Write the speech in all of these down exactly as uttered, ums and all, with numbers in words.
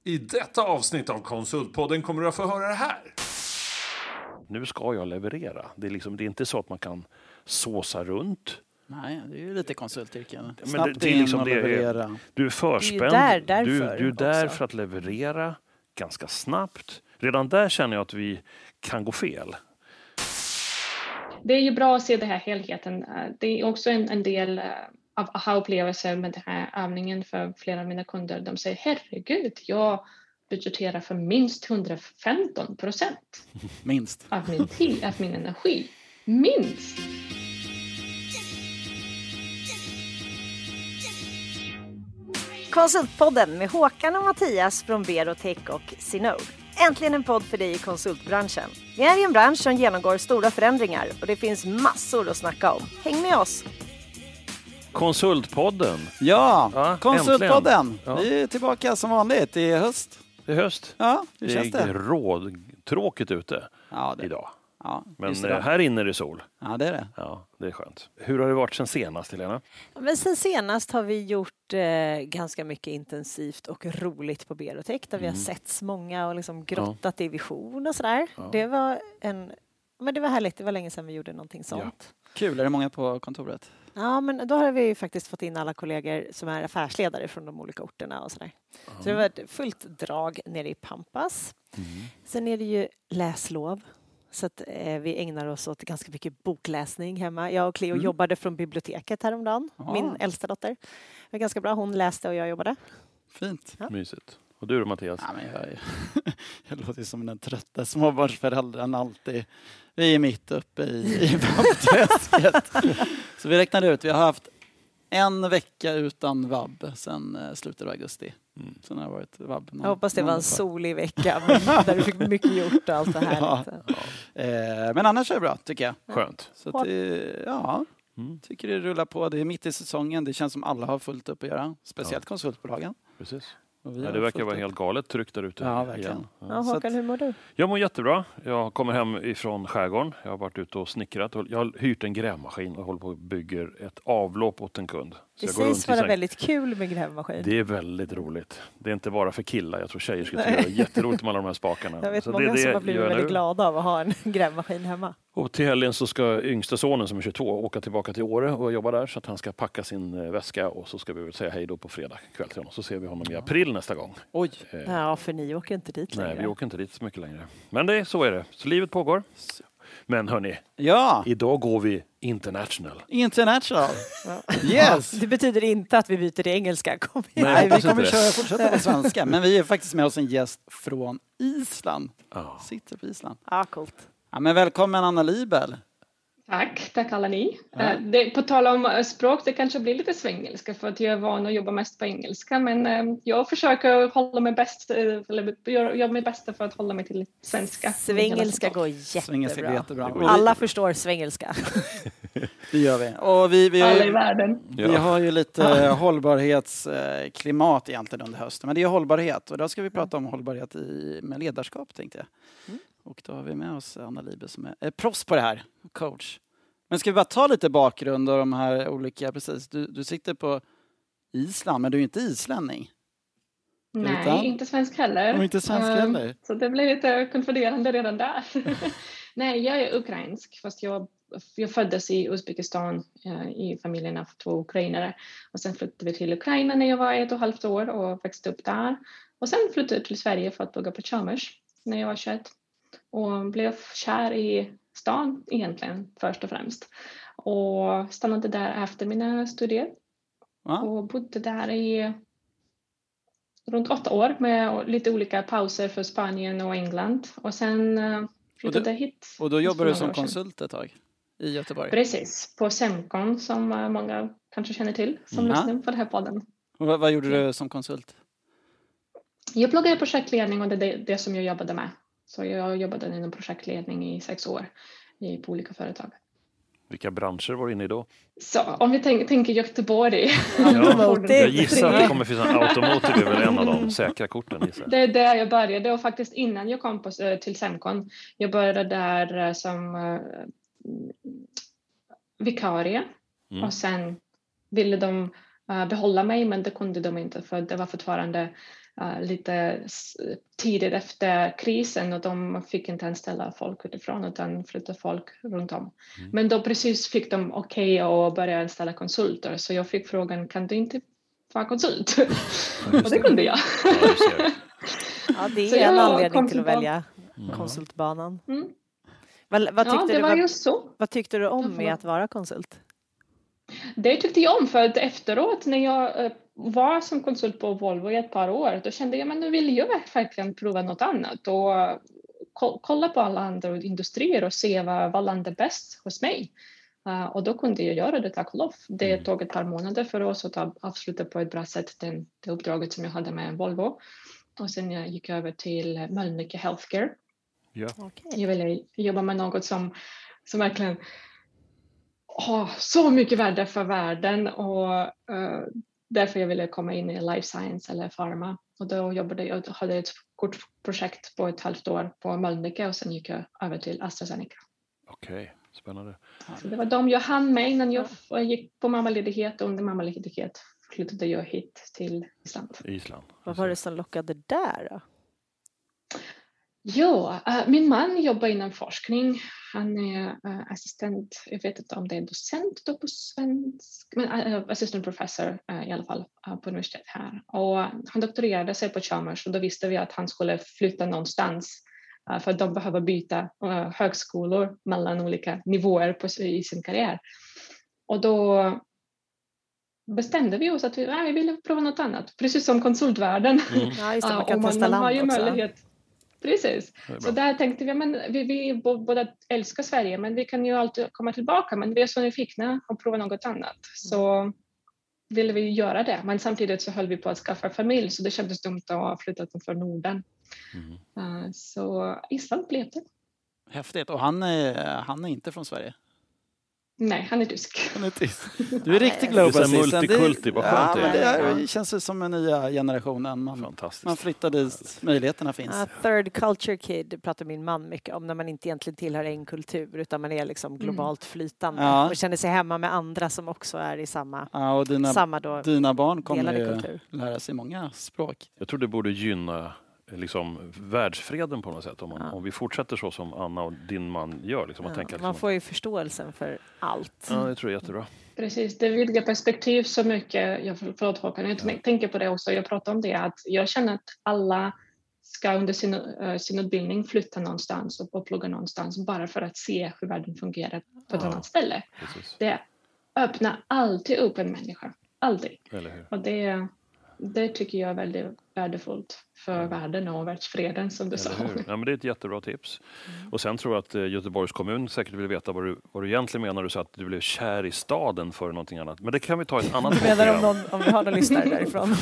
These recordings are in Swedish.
I detta avsnitt av Konsultpodden kommer du att få höra det här. Nu ska jag leverera. Det är, liksom, det är inte så att man kan såsa runt. Nej, det är ju lite konsultyrken. Men Snabbt det, det är in liksom och det leverera. är, du är förspänd. Det är ju där, du, därför du är där också. för att leverera ganska snabbt. Redan där känner jag att vi kan gå fel. Det är ju bra att se den här helheten. Det är också en, en del av aha-upplevelser med den här övningen för flera av mina kunder. De säger, herregud, jag budgeterar för minst hundrafemton procent Minst. av min tid, av min energi. Minst! Konsultpodden med Håkan och Mattias från Berotech och Zinode. Äntligen en podd för dig i konsultbranschen. Vi är i en bransch som genomgår stora förändringar och det finns massor att snacka om. Häng med oss! Konsultpodden. Ja, Ja, Konsultpodden. äntligen. Ja. Vi är tillbaka som vanligt. Det är höst. Det är höst. Ja, hur det känns är det? råd, tråkigt ute Ja, det. idag. Ja, Men just det eh, då. här inne är det sol. Ja, det är det. Ja, det är skönt. Hur har det varit sen senast, Helena? Men sen senast har vi gjort eh, ganska mycket intensivt och roligt på Berotech där vi har setts många och liksom grottat i vision och sådär. Ja. Det var en, men det var härligt, det var länge sedan vi gjorde någonting sånt. Kul, är det många på kontoret? Ja, men då har vi ju faktiskt fått in alla kollegor som är affärsledare från de olika orterna och sådär. Så det var ett fullt drag nere i Pampas. Mm. Sen är det ju läslov. Så att eh, vi ägnar oss åt ganska mycket bokläsning hemma. Jag och Cleo Mm. jobbade från biblioteket häromdagen. Ja. Min äldsta dotter. Det var ganska bra. Hon läste och jag jobbade. Fint. Ja. Mysigt. Och du då, Mattias? Ja, men jag, jag låter som den trötta småbarnsföräldern alltid. Vi är mitt uppe i, i vabbträsket. Så vi räknade ut, vi har haft en vecka utan vabb sedan eh, slutet av augusti. Mm. Sen har det varit vabb. Jag hoppas det var en dag. solig vecka där du fick mycket gjort och allt det här. Ja. Eh, men annars är det bra, tycker jag. Skönt. Så att det, ja, Mm. tycker det rullar på. Det är mitt i säsongen. Det känns som alla har fullt upp att göra. Speciellt konsultbolagen. Precis. Och vi Ja, har det verkar fullt vara upp. helt galet tryckt där ute. Ja, verkligen. igen. Ja. Ja, Så Håkan, att- hur mår du? Jag mår jättebra. Jag kommer hem ifrån skärgården. Jag har varit ute och snickrat. Jag har hyrt en grävmaskin och håller på och bygger ett avlopp åt en kund. Så Det jag går runt sägs i vara säng. väldigt kul med grävmaskin. Det är väldigt roligt. Det är inte bara för killar. Jag tror tjejer skulle tycka det är jätteroligt med alla de här spakarna. Jag vet Så många det är det som har jag blivit gör väldigt nu. glada av att ha en grävmaskin hemma. Och till helgen så ska yngsta sonen som är tjugotvå åka tillbaka till Åre och jobba där. Så att han ska packa sin eh, väska och så ska vi väl säga hej då på fredag kväll till honom. Så ser vi honom i april nästa gång. Oj, Eh, Ja, för ni åker inte dit nej, längre. vi åker inte dit så mycket längre. Men det, så är det. Så livet pågår. Men hörni, ja, idag går vi international. international. Ja. Yes. Det betyder inte att vi byter till engelska. Kom igen. Nej, vi hoppas kommer inte det. köra fortsätta på svenska. Men vi är faktiskt med oss en gäst från Island. Ja. Sitter på Island. Ja, coolt. Ja, men välkommen Anna Libel. Tack, tack alla ni. Ja. Eh, Det, på tal om eh, språk, det kanske blir lite svengelska för att jag är van att jobba mest på engelska. Men eh, jag försöker hålla mig bäst, eh, eller göra göra mitt bästa för att hålla mig till svenska. Svengelska går Svengelska går jättebra. jättebra. Det går Och vi- Alla förstår svengelska. Det gör vi. Och vi, vi, har Alla i ju, världen. vi har ju lite hållbarhetsklimat egentligen under hösten. Men det är hållbarhet. Och då ska vi prata om hållbarhet i, med ledarskap, tänkte jag. Mm. Och då har vi med oss Anna Libel som är, är proffs på det här. Coach. Men ska vi bara ta lite bakgrund och de här olika, precis. Du, du sitter på Island, men du är inte islänning. Nej, Utan? inte svensk heller. Och inte svensk Eh, heller. Så det blir lite konfunderande redan där. Nej, jag är ukrainsk, fast jag, jag föddes i Uzbekistan eh, i familjen av två ukrainare. Och sen flyttade vi till Ukraina när jag var ett och ett halvt år och växte upp där. Och sen flyttade jag till Sverige för att plugga på Chalmers när jag var tjugoett. Och blev kär i stan egentligen först och främst. Och stannade där efter mina studier. Va? Och bodde där i runt åtta år med lite olika pauser för Spanien och England. Och sen uh, flyttade jag hit. Och då jobbar du för som några år sedan. konsult ett tag i Göteborg. Precis, på Semcon som uh, många kanske känner till som Mm. lyssnar på den här podden. Och vad, vad gjorde du som konsult? Jag pluggade projektledning och det är det, det som jag jobbade med. Så jag jobbade inom projektledning i sex år i, på olika företag. Vilka branscher var du inne i då? Så om vi tänk, tänker Göteborg. Automotive. Jag gissar att det kommer finnas en automotive är väl en av de säkra korten. Gissar. Det är där jag började och faktiskt innan jag kom på, till Semcon. Jag började där som uh, vikarie Mm. och sen ville de uh, behålla mig men det kunde de inte för det var fortfarande uh, lite tidigt efter krisen och de fick inte anställa folk utifrån utan flytta folk runt om. Mm. Men då precis fick de okej okay att börja anställa konsulter, så jag fick frågan, kan du inte vara konsult? Och det kunde jag. Ja, det är en anledning till att välja konsultbanan. Mm. Vad, vad, tyckte ja, det du, var vad, just så. Vad tyckte du om med att vara konsult? Det tyckte jag om, för att efteråt när jag var som konsult på Volvo i ett par år, då kände jag, men nu vill jag verkligen prova något annat och kolla på alla andra industrier och se vad, vad landar bäst hos mig. Uh, och då kunde jag göra det, tack och lov. Det tog ett par månader för oss att avsluta på ett bra sätt den, det uppdraget som jag hade med Volvo. Och sen jag gick över till Mölnlycke Healthcare. Ja. Okay. Jag ville jobba med något som, som verkligen har så mycket värde för världen, och uh, därför jag ville komma in i life science eller pharma. Och då jobbade jag, hade ett kort projekt på ett halvt år på Mölnlycke och sen gick jag över till AstraZeneca. Okej, okay. Spännande. Så det var de jag hann med innan jag gick på mammaledighet, och under mammaledighet flyttade jag hit till Island. Island. Vad var det som lockade där då? Ja, äh, min man jobbar inom forskning. Han är äh, assistent, jag vet inte om det är docent då på svensk, men äh, assistant professor äh, i alla fall äh, på universitet här. Och han doktorerade sig på Chalmers, och då visste vi att han skulle flytta någonstans äh, för att de behöver byta äh, högskolor mellan olika nivåer på, i sin karriär. Och då bestämde vi oss att vi, nej, vi ville prova något annat, precis som konsultvärlden. Mm. Ja, just det, man kan äh, testa man, man land också. Möjlighet. Precis. Så där tänkte vi, men vi, vi båda älskar Sverige, men vi kan ju alltid komma tillbaka, men vi är så nyfikna och prova något annat. Så ville vi göra det, men samtidigt så höll vi på att skaffa familj, så det kändes dumt att ha flyttat från Norden. Mm. Uh, så Island blev det. Häftigt. Och han är, han är inte från Sverige? Nej, han är tysk. Han är tysk. Du är riktigt global. Det är multikulti, vad skönt ja, det är. Det, det känns som en nya generationen. Man, man flyttar dit, möjligheterna finns. Uh, third culture kid pratar min man mycket om, när man inte egentligen tillhör en kultur, utan man är liksom globalt flytande ja. och känner sig hemma med andra som också är i samma, ja, och dina, samma då dina barn kommer ju kultur. lära sig många språk. Jag tror det borde gynna liksom världsfreden på något sätt, om, man, ja. om vi fortsätter så som Anna och din man gör. Liksom, ja, att tänka, liksom, man får ju förståelsen för allt. Ja, det tror jag är jättebra. Precis, det vidgar perspektiv så mycket. Jag, förlåt Håkan, jag ja. tänker på det också. Jag pratar om det, att jag känner att alla ska under sin, uh, sin utbildning flytta någonstans och, och plugga någonstans, bara för att se hur världen fungerar på ett ja. annat ställe. Precis. Det öppnar alltid upp en människa. Aldrig. Eller hur? Och det Det tycker jag är väldigt värdefullt för mm. världen och världsfreden, som du sa. Ja, men det är ett jättebra tips. Mm. Och sen tror jag att Göteborgs kommun säkert vill veta vad du, vad du egentligen menar. Du sa att du blev kär i staden för någonting annat. Men det kan vi ta ett annat program. Du menar om, någon, om vi har någon lyssnare därifrån?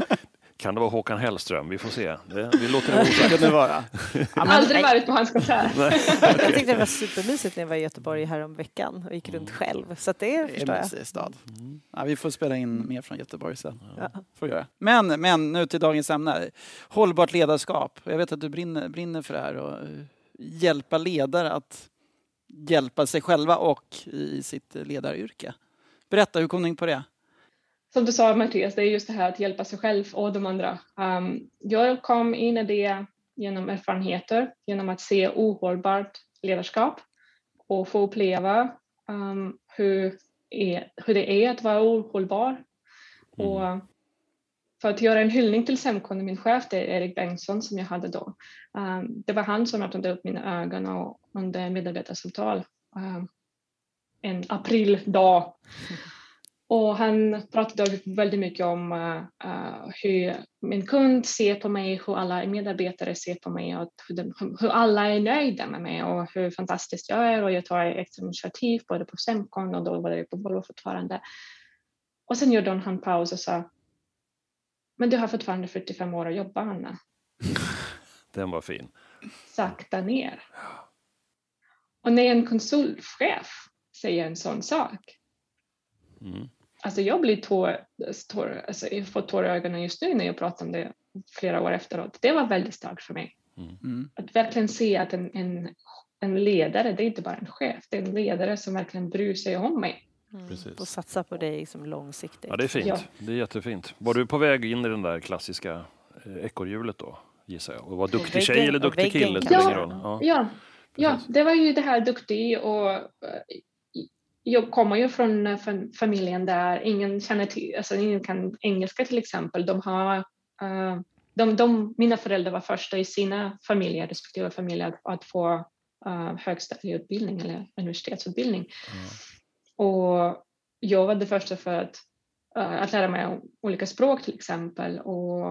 Kan det vara Håkan Hellström? Vi får se. Det, vi låter det osagt. Det vara. Jag har aldrig varit på hans konsert. Jag tyckte det var supermysigt när jag var i Göteborg här om veckan och gick runt själv. Så att det, det förstår jag. Det är stad. Mm. Ja, vi får spela in mer från Göteborg sen. Ja. Får göra. Men, men nu till dagens ämne. Hållbart ledarskap. Jag vet att du brinner, brinner för det här. Och hjälpa ledare att hjälpa sig själva och i sitt ledaryrke. Berätta, hur kom du in på det? Som du sa, Mattias, det är just det här att hjälpa sig själv och de andra. Um, jag kom in i det genom erfarenheter, genom att se ohållbart ledarskap och få uppleva um, hur, är, hur det är att vara ohållbar. Mm. Och för att göra en hyllning till Semcon, min chef, det är Erik Bengtsson som jag hade då. Um, det var han som öppnade upp mina ögon och under medarbetarsamtal um, en aprildag. Och han pratade väldigt mycket om uh, hur min kund ser på mig, hur alla medarbetare ser på mig och hur, de, hur alla är nöjda med mig och hur fantastiskt jag är. Och jag tar extra initiativ både på Semcon och då var det på Volvo fortfarande. Och sen gjorde hon en paus och sa, men du har fortfarande fyrtiofem år att jobba, Anna. Den var fin. Sakta ner. Och när en konsultchef säger en sån sak. Mm. Alltså jag blir tår, tår, alltså jag får tår i ögonen just nu när jag pratar om det flera år efteråt. Det var väldigt starkt för mig. Mm. Att verkligen se att en, en, en ledare, det är inte bara en chef, det är en ledare som verkligen bryr sig om mig. Mm. Och satsa på dig som långsiktigt. Ja, det är fint. Ja. Det är jättefint. Var du på väg in i den där klassiska ekorrhjulet då, gissar jag. Och var duktig väggen- tjej eller och duktig väggen kille? kanske. spelar ingen roll. Ja, ja, ja, Precis. det var ju det här duktig och eh, jag kommer ju från eh, fam- familjen där ingen känner till, alltså ingen kan engelska till exempel. De har, eh, de, de, mina föräldrar var första i sina familjer, respektive familjer, att, att få uh, högstadieutbildning eller universitetsutbildning. Mm. Och jag var det första för att, uh, att lära mig olika språk till exempel. Och,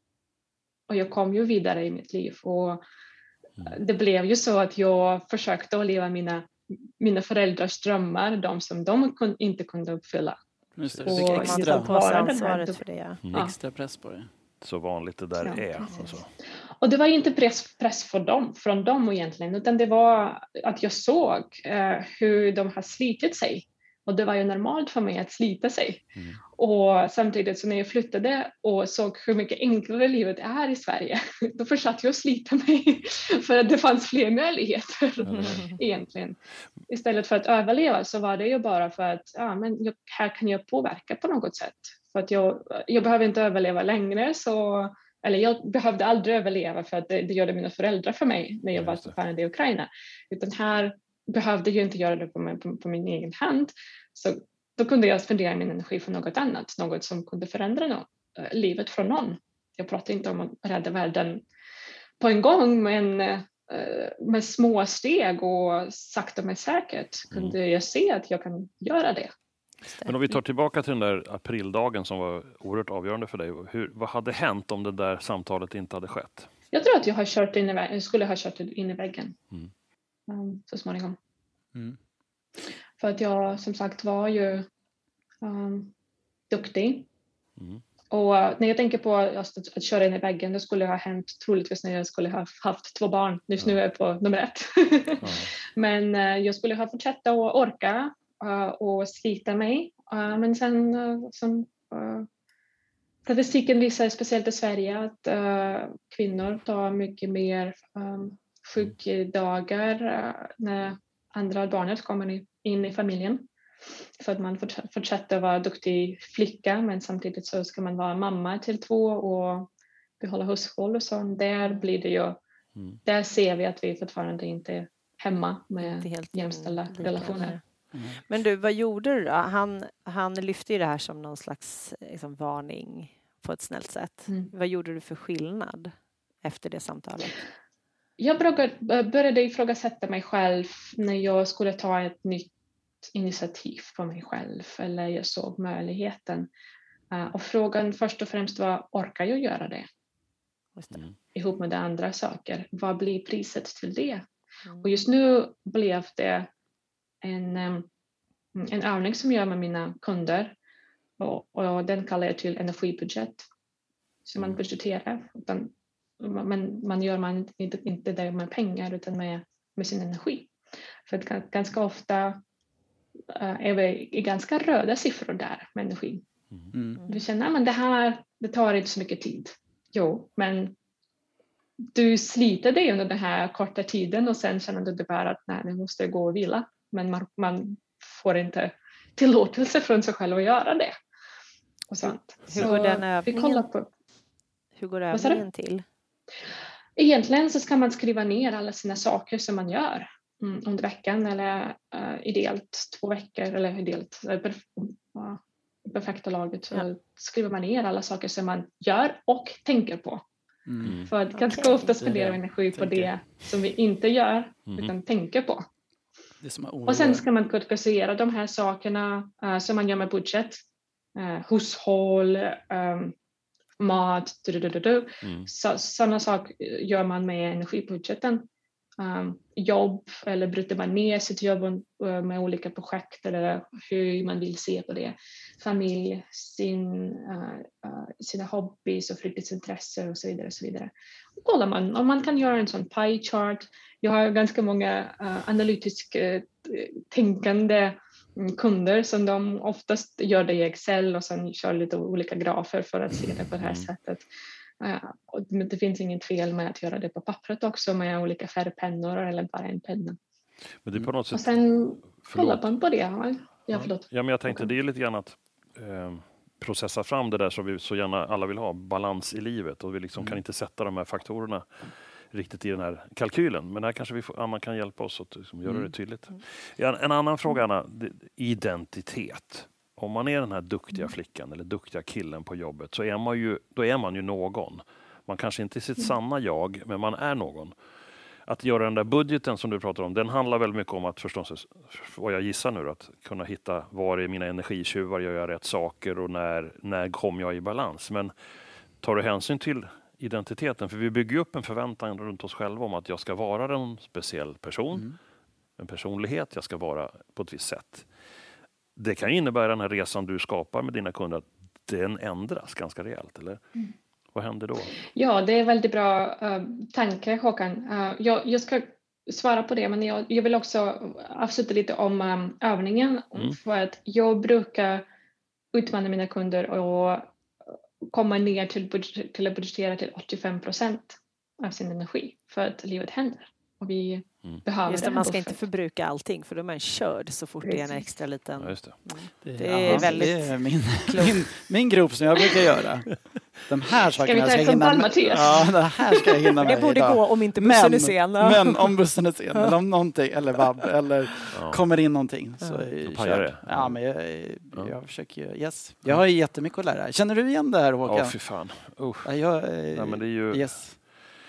och jag kom ju vidare i mitt liv. Och det blev ju så att jag försökte att leva mina, mina föräldrars drömmar, de som de kun, inte kunde uppfylla. Just det, Och du fick Man extra, tar på sig vara den här ansvaret duk- för det. Mm. extra press på det. Så vanligt det där Ja, är. precis. Alltså. Och det var inte press, press för dem, från dem egentligen, utan det var att jag såg eh, hur de har slitit sig. Och det var ju normalt för mig att slita sig. Mm. Och samtidigt så när jag flyttade och såg hur mycket enklare livet är i Sverige, då fortsatte jag att slita mig för att det fanns fler möjligheter Mm. egentligen. Istället för att överleva så var det ju bara för att ja, men jag, här kan jag påverka på något sätt. För att jag, jag behöver inte överleva längre, så, eller jag behövde aldrig överleva för att det, det gjorde mina föräldrar för mig när jag Ja, var just det. fortfarande i Ukraina. Utan här behövde jag inte göra det på min, på, på min egen hand. Så då kunde jag spendera min energi för något annat, något som kunde förändra något, äh, livet från någon. Jag pratar inte om att rädda världen på en gång, men äh, med små steg och sakta men säkert kunde Mm. jag se att jag kan göra det. Men om vi tar tillbaka till den där aprildagen som var oerhört avgörande för dig. Hur, vad hade hänt om det där samtalet inte hade skett? Jag tror att jag har kört in i, vä- skulle ha kört in i väggen Mm. um, så småningom. Mm. För att jag som sagt var ju um, duktig. Mm. Och uh, när jag tänker på just att, att köra in i väggen, det skulle ha hänt troligtvis när jag skulle ha haft två barn. Just Ja. nu är jag på nummer ett. Ja. Men uh, jag skulle ha fortsatt att orka uh, och slita mig. Uh, men sen uh, som uh, statistiken visar, speciellt i Sverige, att uh, kvinnor tar mycket mer um, sjukdagar uh, när andra barnet kommer in i familjen. För att man fortsätter vara duktig flicka, men samtidigt så ska man vara mamma till två och behålla hushåll och så. Där blir det ju, Mm. där ser vi att vi fortfarande inte är hemma Inte med helt jämställda lika relationer. där. Mm. Men du, vad gjorde du då? Han, han lyfte ju det här som någon slags liksom, varning på ett snällt sätt. Mm. Vad gjorde du för skillnad efter det samtalet? Jag började, började ifrågasätta mig själv när jag skulle ta ett nytt initiativ på mig själv, eller jag såg möjligheten. Uh, och frågan först och främst var, orkar jag göra det? Just det. Mm. Ihop med andra saker. Vad blir priset till det? Mm. Och just nu blev det en, um, en övning som jag gör med mina kunder. Och, och den kallar jag till energibudget. Så man budgeterar. Utan, men man gör man inte, inte det med pengar utan med, med sin energi. För att ganska ofta uh, är vi i ganska röda siffror där med energi. Mm. Du känner att det här det tar inte så mycket tid. Jo, men du sliter dig under den här korta tiden och sen känner du bara att nej, nu måste jag gå och vila. Men man, man får inte tillåtelse från sig själv att göra det. Och sånt. Hur Så går den vi övningen? kollar på. Hur går Vad sa du? övningen till? Egentligen så ska man skriva ner alla sina saker som man gör mm, under veckan eller uh, ideellt två veckor eller ideellt uh, perf- uh, perfekta laget så Ja. skriver man ner alla saker som man gör och tänker på. Mm. Mm. För att Okej. ganska ofta spenderar vi Det är det. energi på Tänker. det som vi inte gör Mhm. utan tänker på. Det som är Och sen ska man kategorisera de här sakerna uh, som man gör med budget. Uh, hushåll, um, mat, du, du, du, du. Mm. Så, sådana saker gör man med energibudgeten. Um, jobb eller bryter man ner sitt jobb uh, med olika projekt eller hur man vill se på det. Familj, sin, uh, uh, sina hobbies och fritidsintressen och så vidare. Och så vidare. Och kollar man om man kan göra en sån pie chart. Jag har ganska många uh, analytiskt uh, tänkande kunder som de oftast gör det i Excel och sen kör lite olika grafer för att se det på det här Mm. sättet. Uh, och det finns inget fel med att göra det på pappret också med olika färgpennor eller bara en penna. Men det är på något Och sätt... sen kollar Förlåt. man på det. Ja, ja, förlåt. Ja, men jag tänkte det är lite grann att eh, processa fram det där som vi så gärna alla vill ha, balans i livet. Och vi liksom Mm. kan inte sätta de här faktorerna riktigt i den här kalkylen. Men här kanske vi får, Anna kan hjälpa oss att liksom göra Mm. det tydligt. En, en annan fråga, Anna, det, identitet. Om man är den här duktiga flickan eller duktiga killen på jobbet så är man ju, då är man ju någon. Man kanske inte är sitt sanna jag, men man är någon. Att göra den där budgeten som du pratar om, den handlar väldigt mycket om att förstås, vad jag gissar nu, att kunna hitta var är mina energitjuvar, gör jag rätt saker och när, när kom jag i balans. Men tar du hänsyn till identiteten, för vi bygger upp en förväntan runt oss själva om att jag ska vara en speciell person, Mm. en personlighet, jag ska vara på ett visst sätt. Det kan innebära den här resan du skapar med dina kunder, att den ändras ganska rejält, eller? Mm. Vad händer då? Ja, det är väldigt bra uh, tanke, Håkan. Uh, jag, jag ska svara på det, men jag, jag vill också avsluta lite om um, övningen. Mm. För att jag brukar utmana mina kunder och komma ner till, budget, till att budgetera till åttiofem procent av sin energi för att livet händer. Och vi Mm. behöver Just det, den man ska inte buffert. förbruka allting för då är man körd så fort det är en Precis. extra liten... Ja, just det. Det är väldigt det är min, min, min grop som jag brukar göra. De här sakerna vi ta ska ett jag hinna samtal, med. Mattias? Ja, det här ska jag hinna med Det borde idag. gå om inte bussen är sen. Men, men om bussen är sen, eller om någonting, eller vabb, eller Ja. kommer in någonting. Så Ja. är Då det pajar kört. det. Ja, men jag, Ja. jag försöker ju, yes. Jag har ju jättemycket att lära. Känner du igen det här, Håkan? Ja, fy fan. Uh. Ja, jag, eh, Ja, men det är ju... yes.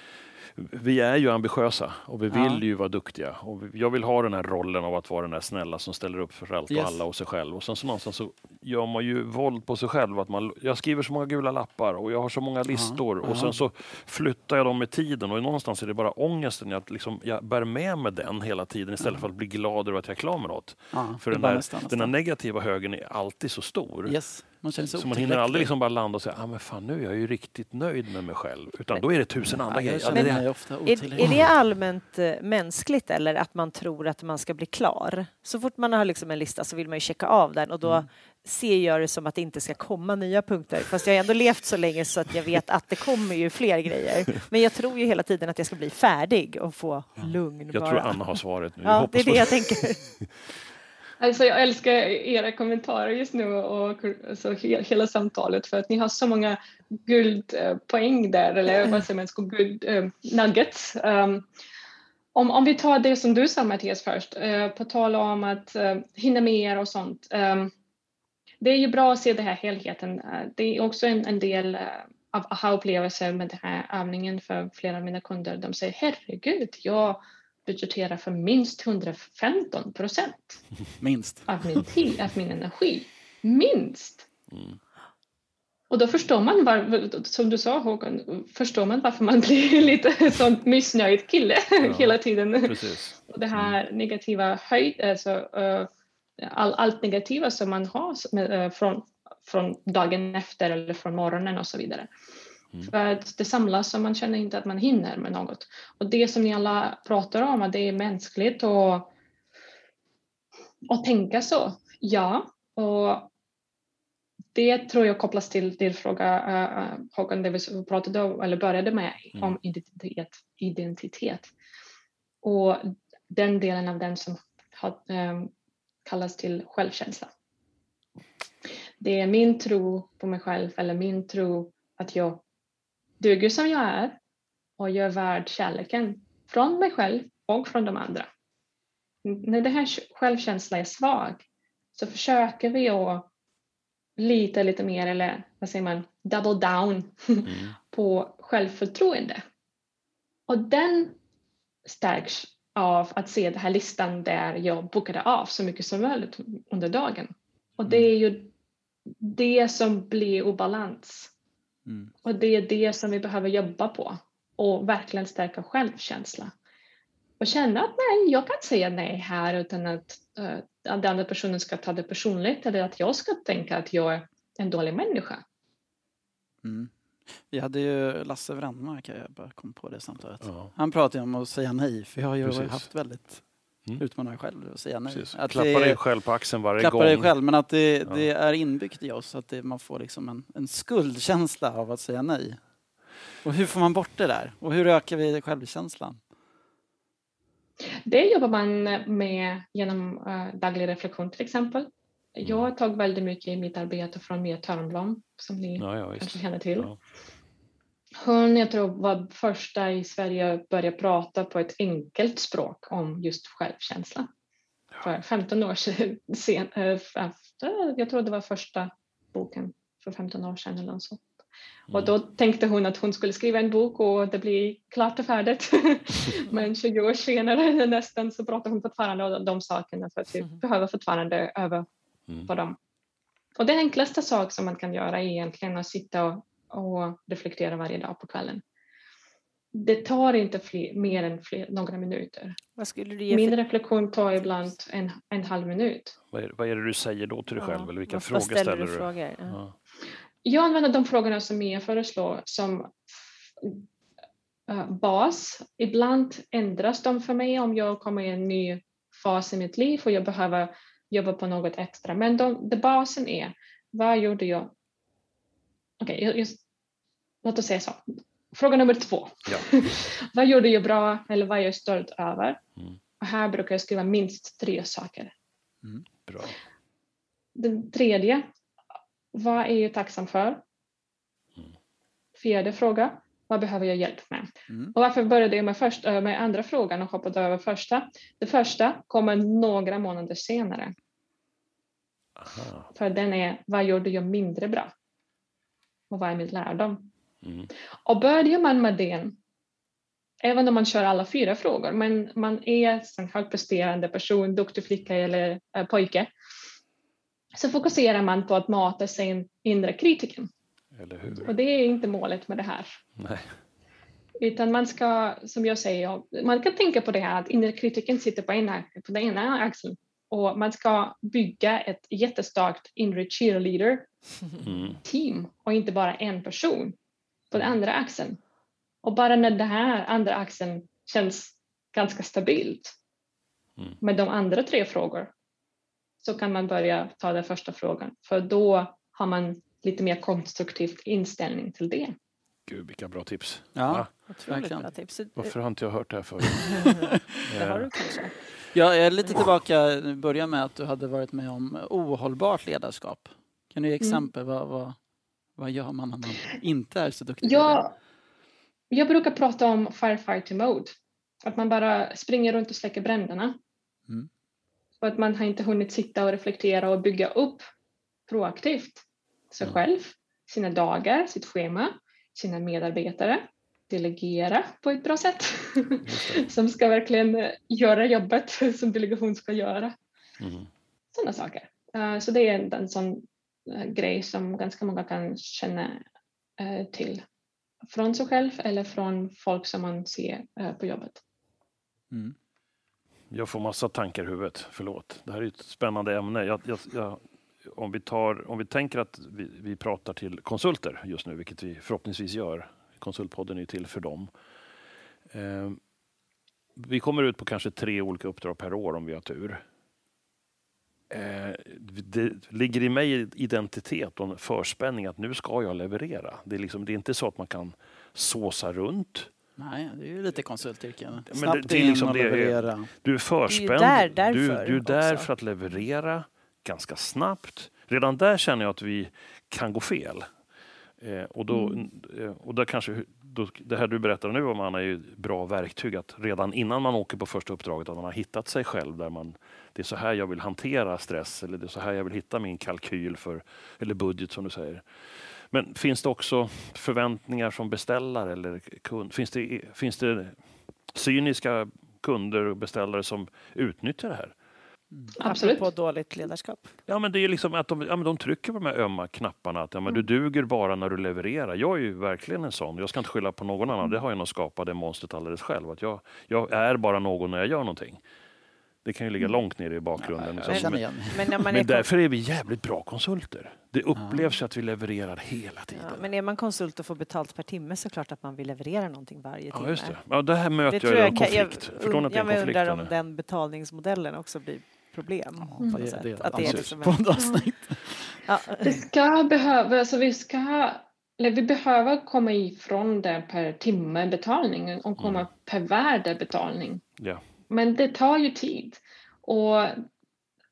Vi är ju ambitiösa och vi Ja. vill ju vara duktiga. Och vi- jag vill ha den här rollen av att vara den här snälla som ställer upp för allt och Yes. alla och sig själv. Och sen så någonstans så gör man ju våld på sig själv. Att man, jag skriver så många gula lappar och jag har så många listor. Ja. Och sen så flyttar jag dem med tiden. Och någonstans är det bara ångesten. Att liksom, jag bär med mig den hela tiden istället för att bli glad över att jag är klar med något. Ja, För det den bara här, nästan, den här nästan. negativa högen är alltid så stor. Yes. Man känner sig Så man hinner otillräcklig. aldrig liksom bara landa och säga ah, men fan, nu är jag ju riktigt nöjd med mig själv. Utan då är det tusen andra Ja, grejer. jag Ja, det är känner det. mig ofta Är, otillräcklig. är det allmänt eh, mänskligt eller att man tror att man ska bli klar? Så fort man har liksom en lista så vill man ju checka av den och då Mm. ser jag det som att det inte ska komma nya punkter. Fast jag har ändå levt så länge så att jag vet att det kommer ju fler grejer. Men jag tror ju hela tiden att jag ska bli färdig och få lugn Jag bara. tror Anna har svaret nu. Jag Ja, hoppas det är på det jag tänker. Alltså jag älskar era kommentarer just nu och alltså, he- hela samtalet för att ni har så många guldpoäng där, eller vad säger man, ska guld eh, nuggets. Um, om, om vi tar det som du sa, Mattias, först, eh, på tal om att eh, hinna mer och sånt. Um, det är ju bra att se den här helheten. Uh, det är också en, en del uh, av aha-upplevelser med den här övningen för flera av mina kunder. De säger, herregud, jag budgeterar för minst hundrafemton procent Minst. av min tid, av min energi. Minst. Mm. Och då förstår man, var, som du sa Håkan, förstår man varför man blir lite sån missnöjd kille Ja. hela tiden. Precis. Och det här negativa höjd, alltså uh, all, allt negativa som man har med, uh, från, från dagen efter eller från morgonen och så vidare. Mm. För att det samlas och man känner inte att man hinner med något. Och det som ni alla pratar om, att det är mänskligt och, och tänka så. Ja, och det tror jag kopplas till din fråga, uh, Håkan, det vi pratade om, eller började med, Mm. om identitet, identitet. Och den delen av den som har, um, kallas till självkänsla. Det är min tro på mig själv, eller min tro att jag duger som jag är och jag är värd kärleken från mig själv och från de andra. När det här självkänslan är svag så försöker vi att lita lite mer, eller vad säger man, double down Mm. på självförtroende. Och den stärks av att se den här listan där jag bokade av så mycket som möjligt under dagen. Och det är ju det som blir obalans. Mm. Och det är det som vi behöver jobba på. Och verkligen stärka självkänsla. Och känna att nej, jag kan säga nej här utan att, uh, att den andra personen ska ta det personligt. Eller att jag ska tänka att jag är en dålig människa. Mm. Vi hade ju Lasse Wrennmark, jag bara kom på det samtalet. Ja. Han pratade om att säga nej, för jag har ju Precis. haft väldigt Mm. utmanande själv att säga nej. Precis. Att Klappa det- dig själv på axeln varje Klappa gång. dig själv, men att det, Ja. det är inbyggt i oss att det, man får liksom en, en skuldkänsla av att säga nej. Och hur får man bort det där? Och hur ökar vi självkänslan? Det jobbar man med genom uh, daglig reflektion till exempel. Jag tog väldigt mycket i mitt arbete från Mia Törnblom, som ni Ja, ja, kanske känner till. Ja. Hon, jag tror, var första i Sverige att börja prata på ett enkelt språk om just självkänsla. För femton år sedan, sen, efter, jag tror det var första boken för femton år sedan eller något sånt. Och då tänkte hon att hon skulle skriva en bok och det blir klart och färdigt. Men tjugo år senare nästan så pratar hon fortfarande om de sakerna, för att vi behöver fortfarande öva på dem. Och det enklaste sak som man kan göra är egentligen att sitta och, och reflektera varje dag på kvällen. Det tar inte fler, mer än fler, några minuter. Vad skulle du ge Min för... reflektion tar ibland en, en halv minut. Vad, är, vad är det du säger då till dig själv? Ja, eller vilka vad frågor ställer ställer du? du? Frågor? Ja. Ja. Jag använder de frågorna som Mia föreslår som uh, bas. Ibland ändras de för mig om jag kommer i en ny fas i mitt liv och jag behöver jobba på något extra. Men de, de basen är, vad gjorde jag? Okej, okay, låt oss säga så. Fråga nummer två. Ja. Vad gjorde jag bra eller vad är jag stolt över? Mm. Och här brukar jag skriva minst tre saker. Mm. Bra. Den tredje, vad är jag tacksam för? Mm. Fjärde fråga, vad behöver jag hjälp med? Mm. Och varför började jag med, först, med andra frågan och hoppade över första? Det första kommer några månader senare. Aha. För den är, vad gjorde jag mindre bra? Och vad är min lärdom? Mm. Och börjar man med den, även om man kör alla fyra frågor, men man är en högpresterande person, duktig flicka eller äh, pojke, så fokuserar man på att mata sin inre kritiken. Eller hur? Och det är inte målet med det här. Nej. Utan man ska, som jag säger, man kan tänka på det här att inre kritiken sitter på, ena, på den ena axeln. Och man ska bygga ett jättestarkt inre cheerleader Mm. team och inte bara en person på den andra axeln. Och bara när den här andra axeln känns ganska stabilt Mm. med de andra tre frågor, så kan man börja ta den första frågan. För då har man lite mer konstruktiv inställning till det. Gud, vilka bra tips. Ja, Va? Otroligt verkligen. bra tips. Varför har inte jag hört det här förut? Det har du kanske. Jag är lite tillbaka, börja med att du hade varit med om ohållbart ledarskap. Kan du ge exempel? Mm. Vad, vad, vad gör man när man inte är så duktig? Jag, jag brukar prata om firefighter mode. Att man bara springer runt och släcker bränderna. Mm. Och att man har inte hunnit sitta och reflektera och bygga upp proaktivt sig Mm. själv, sina dagar, sitt schema, sina medarbetare. Delegera på ett bra sätt. Som ska verkligen göra jobbet som delegation ska göra. Mm. Sådana saker. Uh, så det är en, en sån uh, grej som ganska många kan känna uh, till. Från sig själv eller från folk som man ser uh, på jobbet. Mm. Jag får massa tankar i huvudet, förlåt. Det här är ett spännande ämne. Jag, jag, jag, om, vi tar, om vi tänker att vi, vi pratar till konsulter just nu, vilket vi förhoppningsvis gör. Konsultpodden är till för dem. Eh, vi kommer ut på kanske tre olika uppdrag per år om vi har tur. Eh, det ligger i mig identitet och en förspänning att nu ska jag leverera. Det är, liksom, det är inte så att man kan såsa runt. Nej, det är ju lite konsultyrke. Men Snabbt det, det är in liksom och det är, leverera. du är förspänd. Det är ju där, du, därför du är där också. för att leverera ganska snabbt. Redan där känner jag att vi kan gå fel. Eh, och då, Mm. eh, och där kanske, då, det här du berättar nu om Anna är ju ett bra verktyg att redan innan man åker på första uppdraget att man har hittat sig själv där man, det är så här jag vill hantera stress eller det är så här jag vill hitta min kalkyl för, eller budget som du säger. Men finns det också förväntningar från beställare eller kund? Finns det, finns det cyniska kunder och beställare som utnyttjar det här? Mm. Absolut. På dåligt ledarskap. Ja, men det är liksom att de, ja, men de trycker på de här ömma knapparna. Att ja, men du duger bara när du levererar. Jag är ju verkligen en sån. Jag ska inte skylla på någon annan. Det har jag nog skapat det monstret alldeles själv. Att jag, jag är bara någon när jag gör någonting. Det kan ju ligga långt ner i bakgrunden. Ja, liksom. jag känner Men, igen. Men, när man men är därför är vi jävligt bra konsulter. Det upplevs att vi levererar hela tiden. Ja, men är man konsult och får betalt per timme så är det klart att man vill leverera någonting varje timme. Ja, just det. Ja, det här möter Det jag tror ju jag en kan- jag- konflikt. Förstår ni att det är Jag en konflikt? undrar om nu? den betalningsmodellen också blir problem. på något Det, sätt. det, Att det är absolut. liksom På en- ett avsnitt. Ja. Det ska behöva, alltså vi ska, eller vi behöver komma ifrån det per timme betalning och komma Mm. per värde betalning. Ja. Men det tar ju tid. Och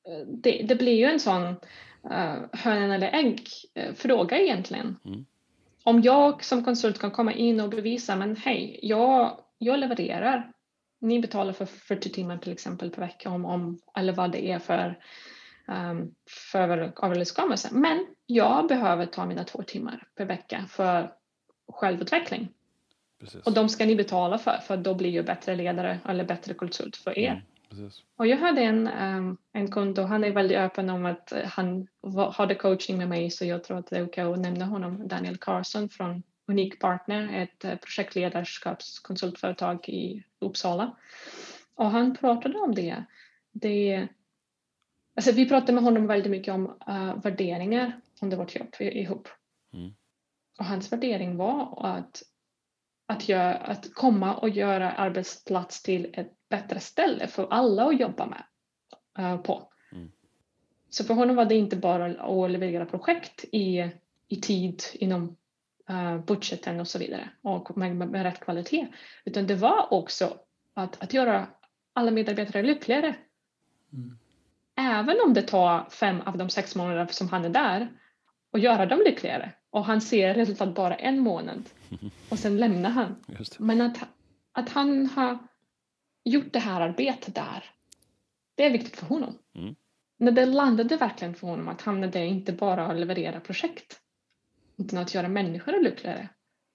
det, det blir ju en sån uh, hönan eller ägg uh, fråga egentligen. Mm. Om jag som konsult kan komma in och bevisa, men hej, jag, jag levererar. Ni betalar för fyrtio timmar till exempel per vecka om, om eller vad det är för, um, för överenskommelse. Men jag behöver ta mina två timmar per vecka för självutveckling. Precis. Och de ska ni betala för, för då blir jag bättre ledare eller bättre konsult för er. Mm. Precis. Och jag hade en, um, en kund och han är väldigt öppen om att han var, hade coaching med mig, så jag tror att det är okej att nämna honom. Daniel Carson från Unik Partner, ett projektledarskapskonsultföretag i Uppsala. Och han pratade om det. det alltså vi pratade med honom väldigt mycket om uh, värderingar under vårt jobb ihop. Mm. Och hans värdering var att, att, göra, att komma och göra arbetsplats till ett bättre ställe för alla att jobba med uh, på. Mm. Så för honom var det inte bara att leverera projekt i, i tid inom uh, budgeten och så vidare och med, med, med rätt kvalitet, utan det var också att, att göra alla medarbetare lyckligare. Mm. Även om det tar fem av de sex månader som han är där och göra dem lyckligare. Och han ser resultat bara en månad och sen lämnar han. Just det. Men att, att han har gjort det här arbetet där, det är viktigt för honom. Mm. När det landade verkligen för honom att han det inte bara att leverera projekt utan att göra människor lyckligare,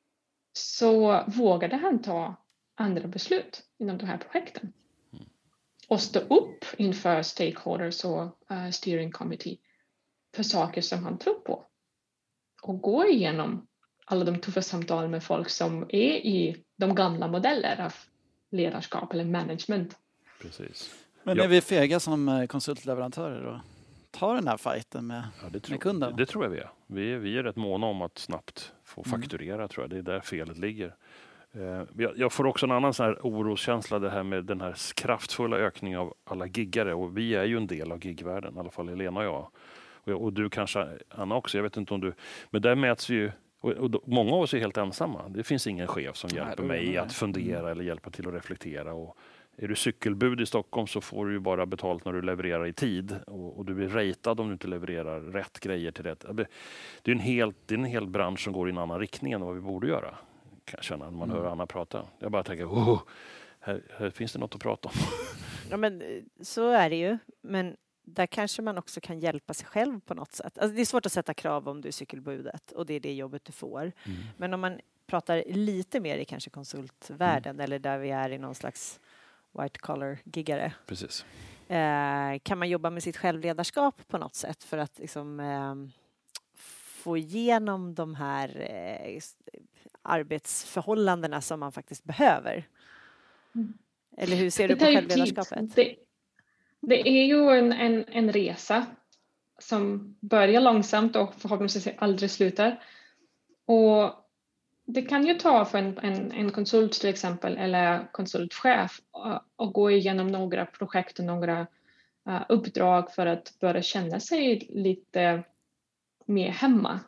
så vågade han ta andra beslut inom de här projekten. Mm. Och stå upp inför stakeholders och uh, steering committee för saker som han tror på. Och gå igenom alla de tuffa samtal med folk som är i de gamla modeller av ledarskap eller management. Precis. Men är ja. vi fega som konsultleverantörer då? Ta den här fighten med, ja, det tror, med kunden? Det tror jag vi är. Vi är, vi är rätt måna om att snabbt få fakturera, mm. tror jag. Det är där felet ligger. Uh, jag, jag får också en annan sån här oroskänsla, det här med den här kraftfulla ökningen av alla giggare. Och vi är ju en del av gigvärlden, i alla fall Helena och jag. Och, och du kanske, Anna också, jag vet inte om du... Men där mäts ju... Och, och många av oss är helt ensamma. Det finns ingen chef som hjälper nej, mig nej. att fundera mm. eller hjälpa till att reflektera. Och är du cykelbud i Stockholm så får du ju bara betalt när du levererar i tid. Och, och du blir ratad om du inte levererar rätt grejer till rätt. Det är en, helt, det är en hel bransch som går i en annan riktning än vad vi borde göra. Kan jag känna när man mm. hör Anna prata. Jag bara tänker, oh, här, här finns det något att prata om. Ja, men så är det ju. Men där kanske man också kan hjälpa sig själv på något sätt. Alltså det är svårt att sätta krav om du är cykelbudet och det är det jobbet du får. Mm. Men om man pratar lite mer i kanske konsultvärlden mm. eller där vi är i någon slags white collar giggare. Precis. Eh, kan man jobba med sitt självledarskap på något sätt för att liksom, eh, få igenom de här eh, arbetsförhållandena som man faktiskt behöver? Mm. Eller hur ser du på självledarskapet? Det, det är ju en, en, en resa som börjar långsamt och förhoppningsvis aldrig slutar. Och det kan ju ta för en, en, en konsult till exempel eller konsultchef och gå igenom några projekt och några uh, uppdrag för att börja känna sig lite mer hemma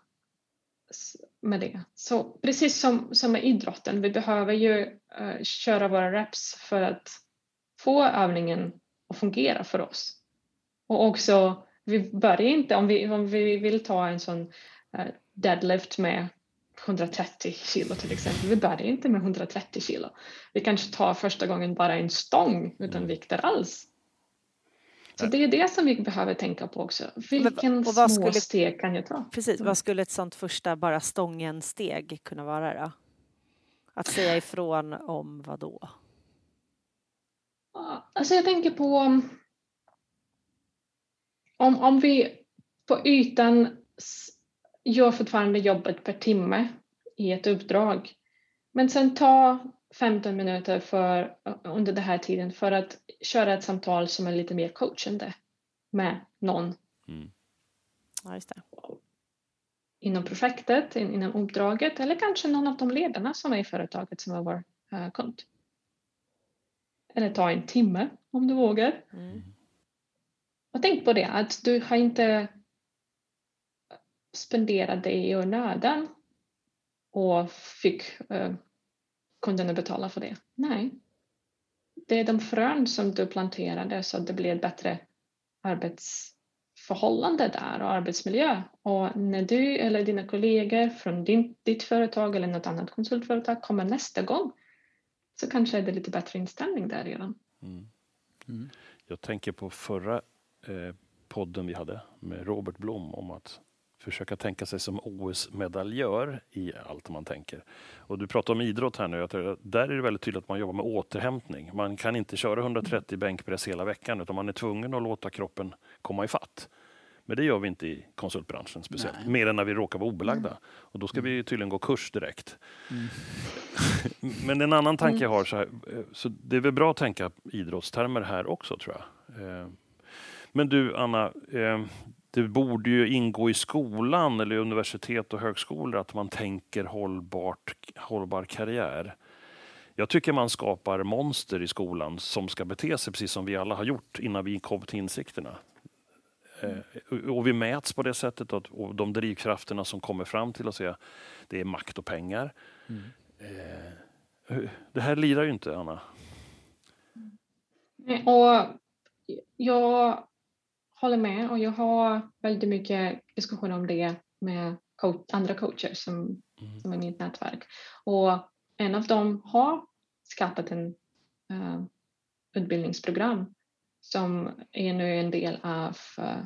med det. Så precis som, som med idrotten, vi behöver ju uh, köra våra reps för att få övningen att fungera för oss. Och också, vi börjar inte, om vi, om vi vill ta en sån uh, deadlift med hundratrettio kilo till exempel, vi börjar inte med hundratrettio kilo. Vi kanske tar första gången bara en stång utan vikter alls. Så det är det som vi behöver tänka på också. Vilken och vad små skulle, steg kan jag ta? Precis, vad skulle ett sånt första bara stången steg kunna vara då? Att säga ifrån om vad då? Alltså jag tänker på om, om vi på ytan gör fortfarande jobbet per timme i ett uppdrag. Men sen ta femton minuter för, under den här tiden för att köra ett samtal som är lite mer coachande med någon. Mm. Ja, just det. Inom projektet, inom uppdraget eller kanske någon av de ledarna som är i företaget som är vår uh, kund. Eller ta en timme om du vågar. Mm. Och tänk på det, att du har inte spenderat det i onödan och fick uh, kunderna betala för det. Nej. Det är de frön som du planterade så att det blir ett bättre arbetsförhållande där och arbetsmiljö. Och när du eller dina kollegor från din, ditt företag eller något annat konsultföretag kommer nästa gång, så kanske är det lite bättre inställning där redan. Mm. Mm. Jag tänker på förra eh, podden vi hade med Robert Blom om att försöka tänka sig som O S-medaljör i allt man tänker. Och du pratar om idrott här nu. Att där är det väldigt tydligt att man jobbar med återhämtning. Man kan inte köra hundratrettio bänkpress hela veckan, utan man är tvungen att låta kroppen komma i fatt. Men det gör vi inte i konsultbranschen speciellt. Nej. Mer än när vi råkar vara obelagda. Mm. Och då ska vi tydligen gå kurs direkt. Mm. Men en annan tanke jag har så här. Så det är väl bra att tänka idrottstermer här också, tror jag. Men du, Anna, det borde ju ingå i skolan eller universitet och högskolor att man tänker hållbart, hållbar karriär. Jag tycker man skapar monster i skolan som ska bete sig precis som vi alla har gjort innan vi kom till insikterna. Mm. Och vi mäts på det sättet, och de drivkrafterna som kommer fram till oss är, det är makt och pengar. Mm. Det här lirar ju inte, Anna. Och jag håller med, och jag har väldigt mycket diskussioner om det med coach, andra coacher som, mm. som är mitt nätverk. Och en av dem har skapat en uh, utbildningsprogram som är nu en del av uh,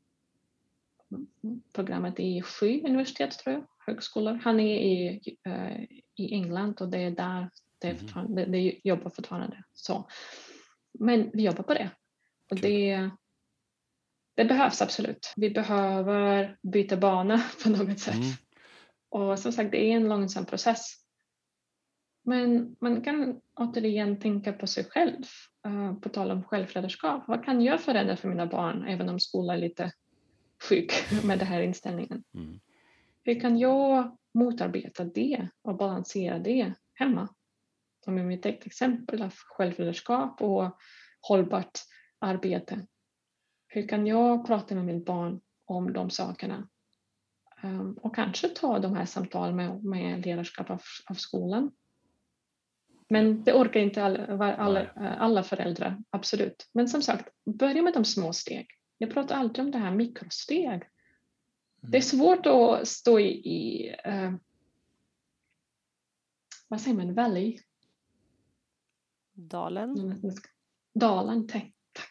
programmet i sju universitet, tror jag, högskolor. Han är i, uh, i England, och det är där det, är fortfarande, det, det jobbar fortfarande. Så. Men vi jobbar på det. Och det, det behövs absolut. Vi behöver byta bana på något sätt. Mm. Och som sagt, det är en långsam process. Men man kan återigen tänka på sig själv. Uh, på tal om självledarskap. Vad kan jag förändra för mina barn, även om skolan är lite sjuk med den här inställningen? Mm. Hur kan jag motarbeta det och balansera det hemma? Som är mitt exempel av självledarskap och hållbart arbete. Hur kan jag prata med mitt barn om de sakerna? Um, och kanske ta de här samtalen med, med ledarskap av, av skolan. Men det orkar inte alla, alla, alla föräldrar, absolut. Men som sagt, börja med de små steg. Jag pratar alltid om det här mikrosteg. Mm. Det är svårt att stå i, i uh, vad säger man, valley? Dalen. Dalen, tack.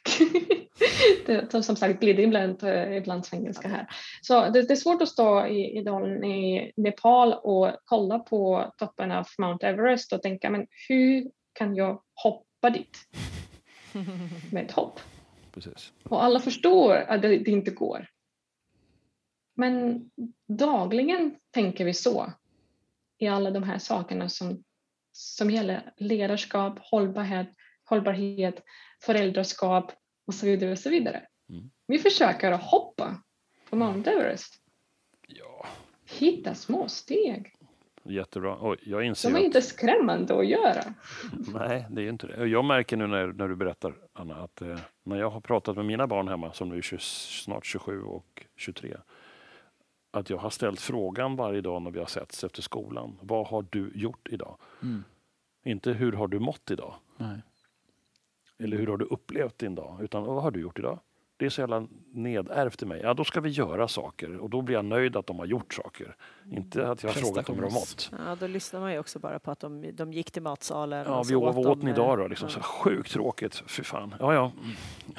det, som sagt blir det ibland, ibland svengelska här. Så det, det är svårt att stå i, i dalen i Nepal och kolla på toppen av Mount Everest och tänka, men hur kan jag hoppa dit? Med ett hopp. Precis. Och alla förstår att det, det inte går. Men dagligen tänker vi så i alla de här sakerna som, som gäller ledarskap, hållbarhet, hållbarhet, föräldraskap och så vidare och så vidare. Mm. Vi försöker att hoppa på Mount Everest. Ja. Hitta små steg. Jättebra. Och jag inser De är att... inte skrämmande att göra. Nej, det är inte det. Jag märker nu när, när du berättar, Anna, att eh, när jag har pratat med mina barn hemma, som nu är tjugo, snart tjugosju och tjugotre, att jag har ställt frågan varje dag när vi har setts efter skolan. Vad har du gjort idag? Mm. Inte hur har du mått idag? Nej. Eller hur har du upplevt din dag? Utan vad har du gjort idag? Det är så jävla nedärvt i mig. Ja, då ska vi göra saker. Och då blir jag nöjd att de har gjort saker. Mm. Inte att jag har frågat om de har mått. Ja, då lyssnar man ju också bara på att de, de gick till matsalen. Ja, och vi åt, åt de, ni idag då? Liksom, ja. Så sjukt tråkigt. Fy fan. Ja, ja. Mm.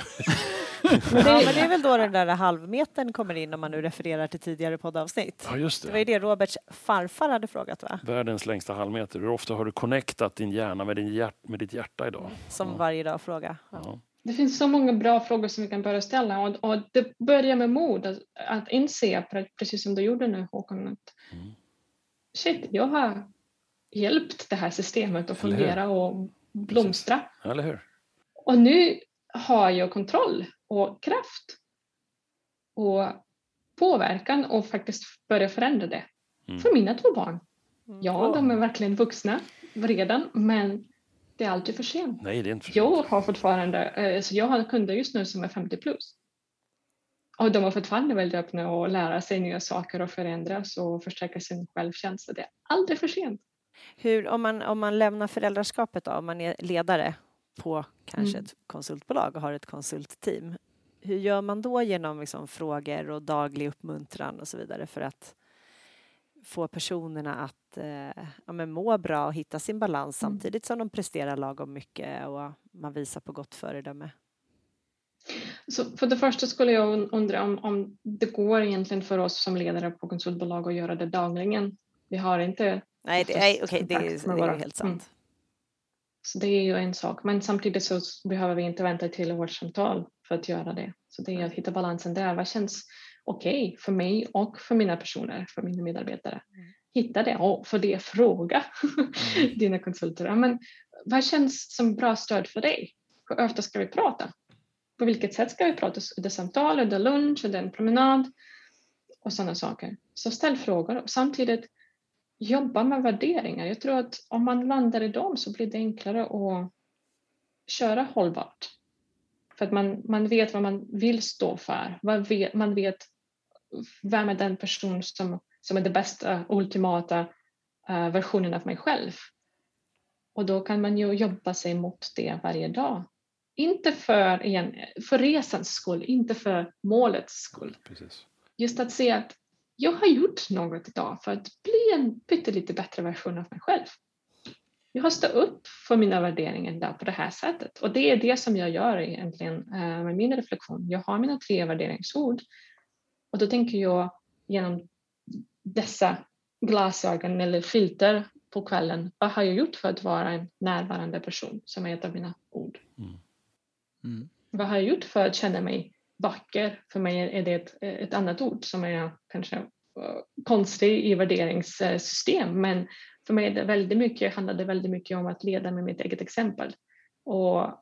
Men, det, men det är väl då den där halvmetern kommer in om man nu refererar till tidigare poddavsnitt. Ja, just det. Det var ju det Roberts farfar hade frågat, va? Världens längsta halvmeter. Hur ofta har du connectat din hjärna med, din hjärt, med ditt hjärta idag? Som ja. varje dag fråga. Ja. Ja. Det finns så många bra frågor som vi kan börja ställa. Och, och det börjar med mod. Att, att inse, precis som du gjorde nu, Håkan. Att, mm. Shit, jag har hjälpt det här systemet att fungera och blomstra. Precis. Eller hur? Och nu har jag kontroll och kraft och påverkan och faktiskt börja förändra det. Mm. För mina två barn. Ja, de är verkligen vuxna redan, men det är alltid för sent. Nej, det är inte för sent. Jag har fortfarande, så jag har kunder just nu som är femtio plus. Och de har fortfarande väldigt öppna och lära sig nya saker och förändras och förstärka sin självkänsla. Det är aldrig för sent. Hur, om man, om man lämnar föräldraskapet då, om man är ledare på kanske mm. ett konsultbolag och har ett konsultteam. hur gör man då genom liksom frågor och daglig uppmuntran och så vidare för att få personerna att eh, ja, men må bra och hitta sin balans Mm. samtidigt som de presterar lagom mycket och man visar på gott föredöme? Så för det första skulle jag undra om, om det går egentligen för oss som ledare på konsultbolag att göra det dagligen. Vi har inte... Nej, det, nej okej, det, är- kontakt med det är våra- ju helt sant. Mm. Så det är ju en sak. Men samtidigt så behöver vi inte vänta till årssamtal för att göra det. Så det är att hitta balansen där. Vad känns okej okay för mig och för mina personer, för mina medarbetare? Mm. Hitta det och för det fråga dina konsulter. Ja, men, vad känns som bra stöd för dig? Hur ofta ska vi prata? På vilket sätt ska vi prata? Är det samtal, är det lunch, är det en promenad? Och sådana saker. Så ställ frågor och samtidigt jobba med värderingar. Jag tror att om man landar i dem så blir det enklare att köra hållbart. För att man, man vet vad man vill stå för. Man vet, man vet vem är den person som, som är den bästa, ultimata uh, versionen av mig själv. Och då kan man ju jobba sig mot det varje dag. Inte för, igen, för resans skull, inte för målets skull. Precis. Just att se att jag har gjort något idag för att bli en pyttelite bättre version av mig själv. Jag har stått upp för mina värderingar där på det här sättet. Och det är det som jag gör egentligen uh, med min reflektion. Jag har mina tre värderingsord. Och då tänker jag genom dessa glasögon eller filter på kvällen. Vad har jag gjort för att vara en närvarande person som är ett av mina ord? Mm. Mm. Vad har jag gjort för att känna mig vacker? För mig är det ett, ett annat ord som är kanske uh, konstigt i värderingssystem. Men för mig är det väldigt mycket, handlar det väldigt mycket om att leda med mitt eget exempel. Och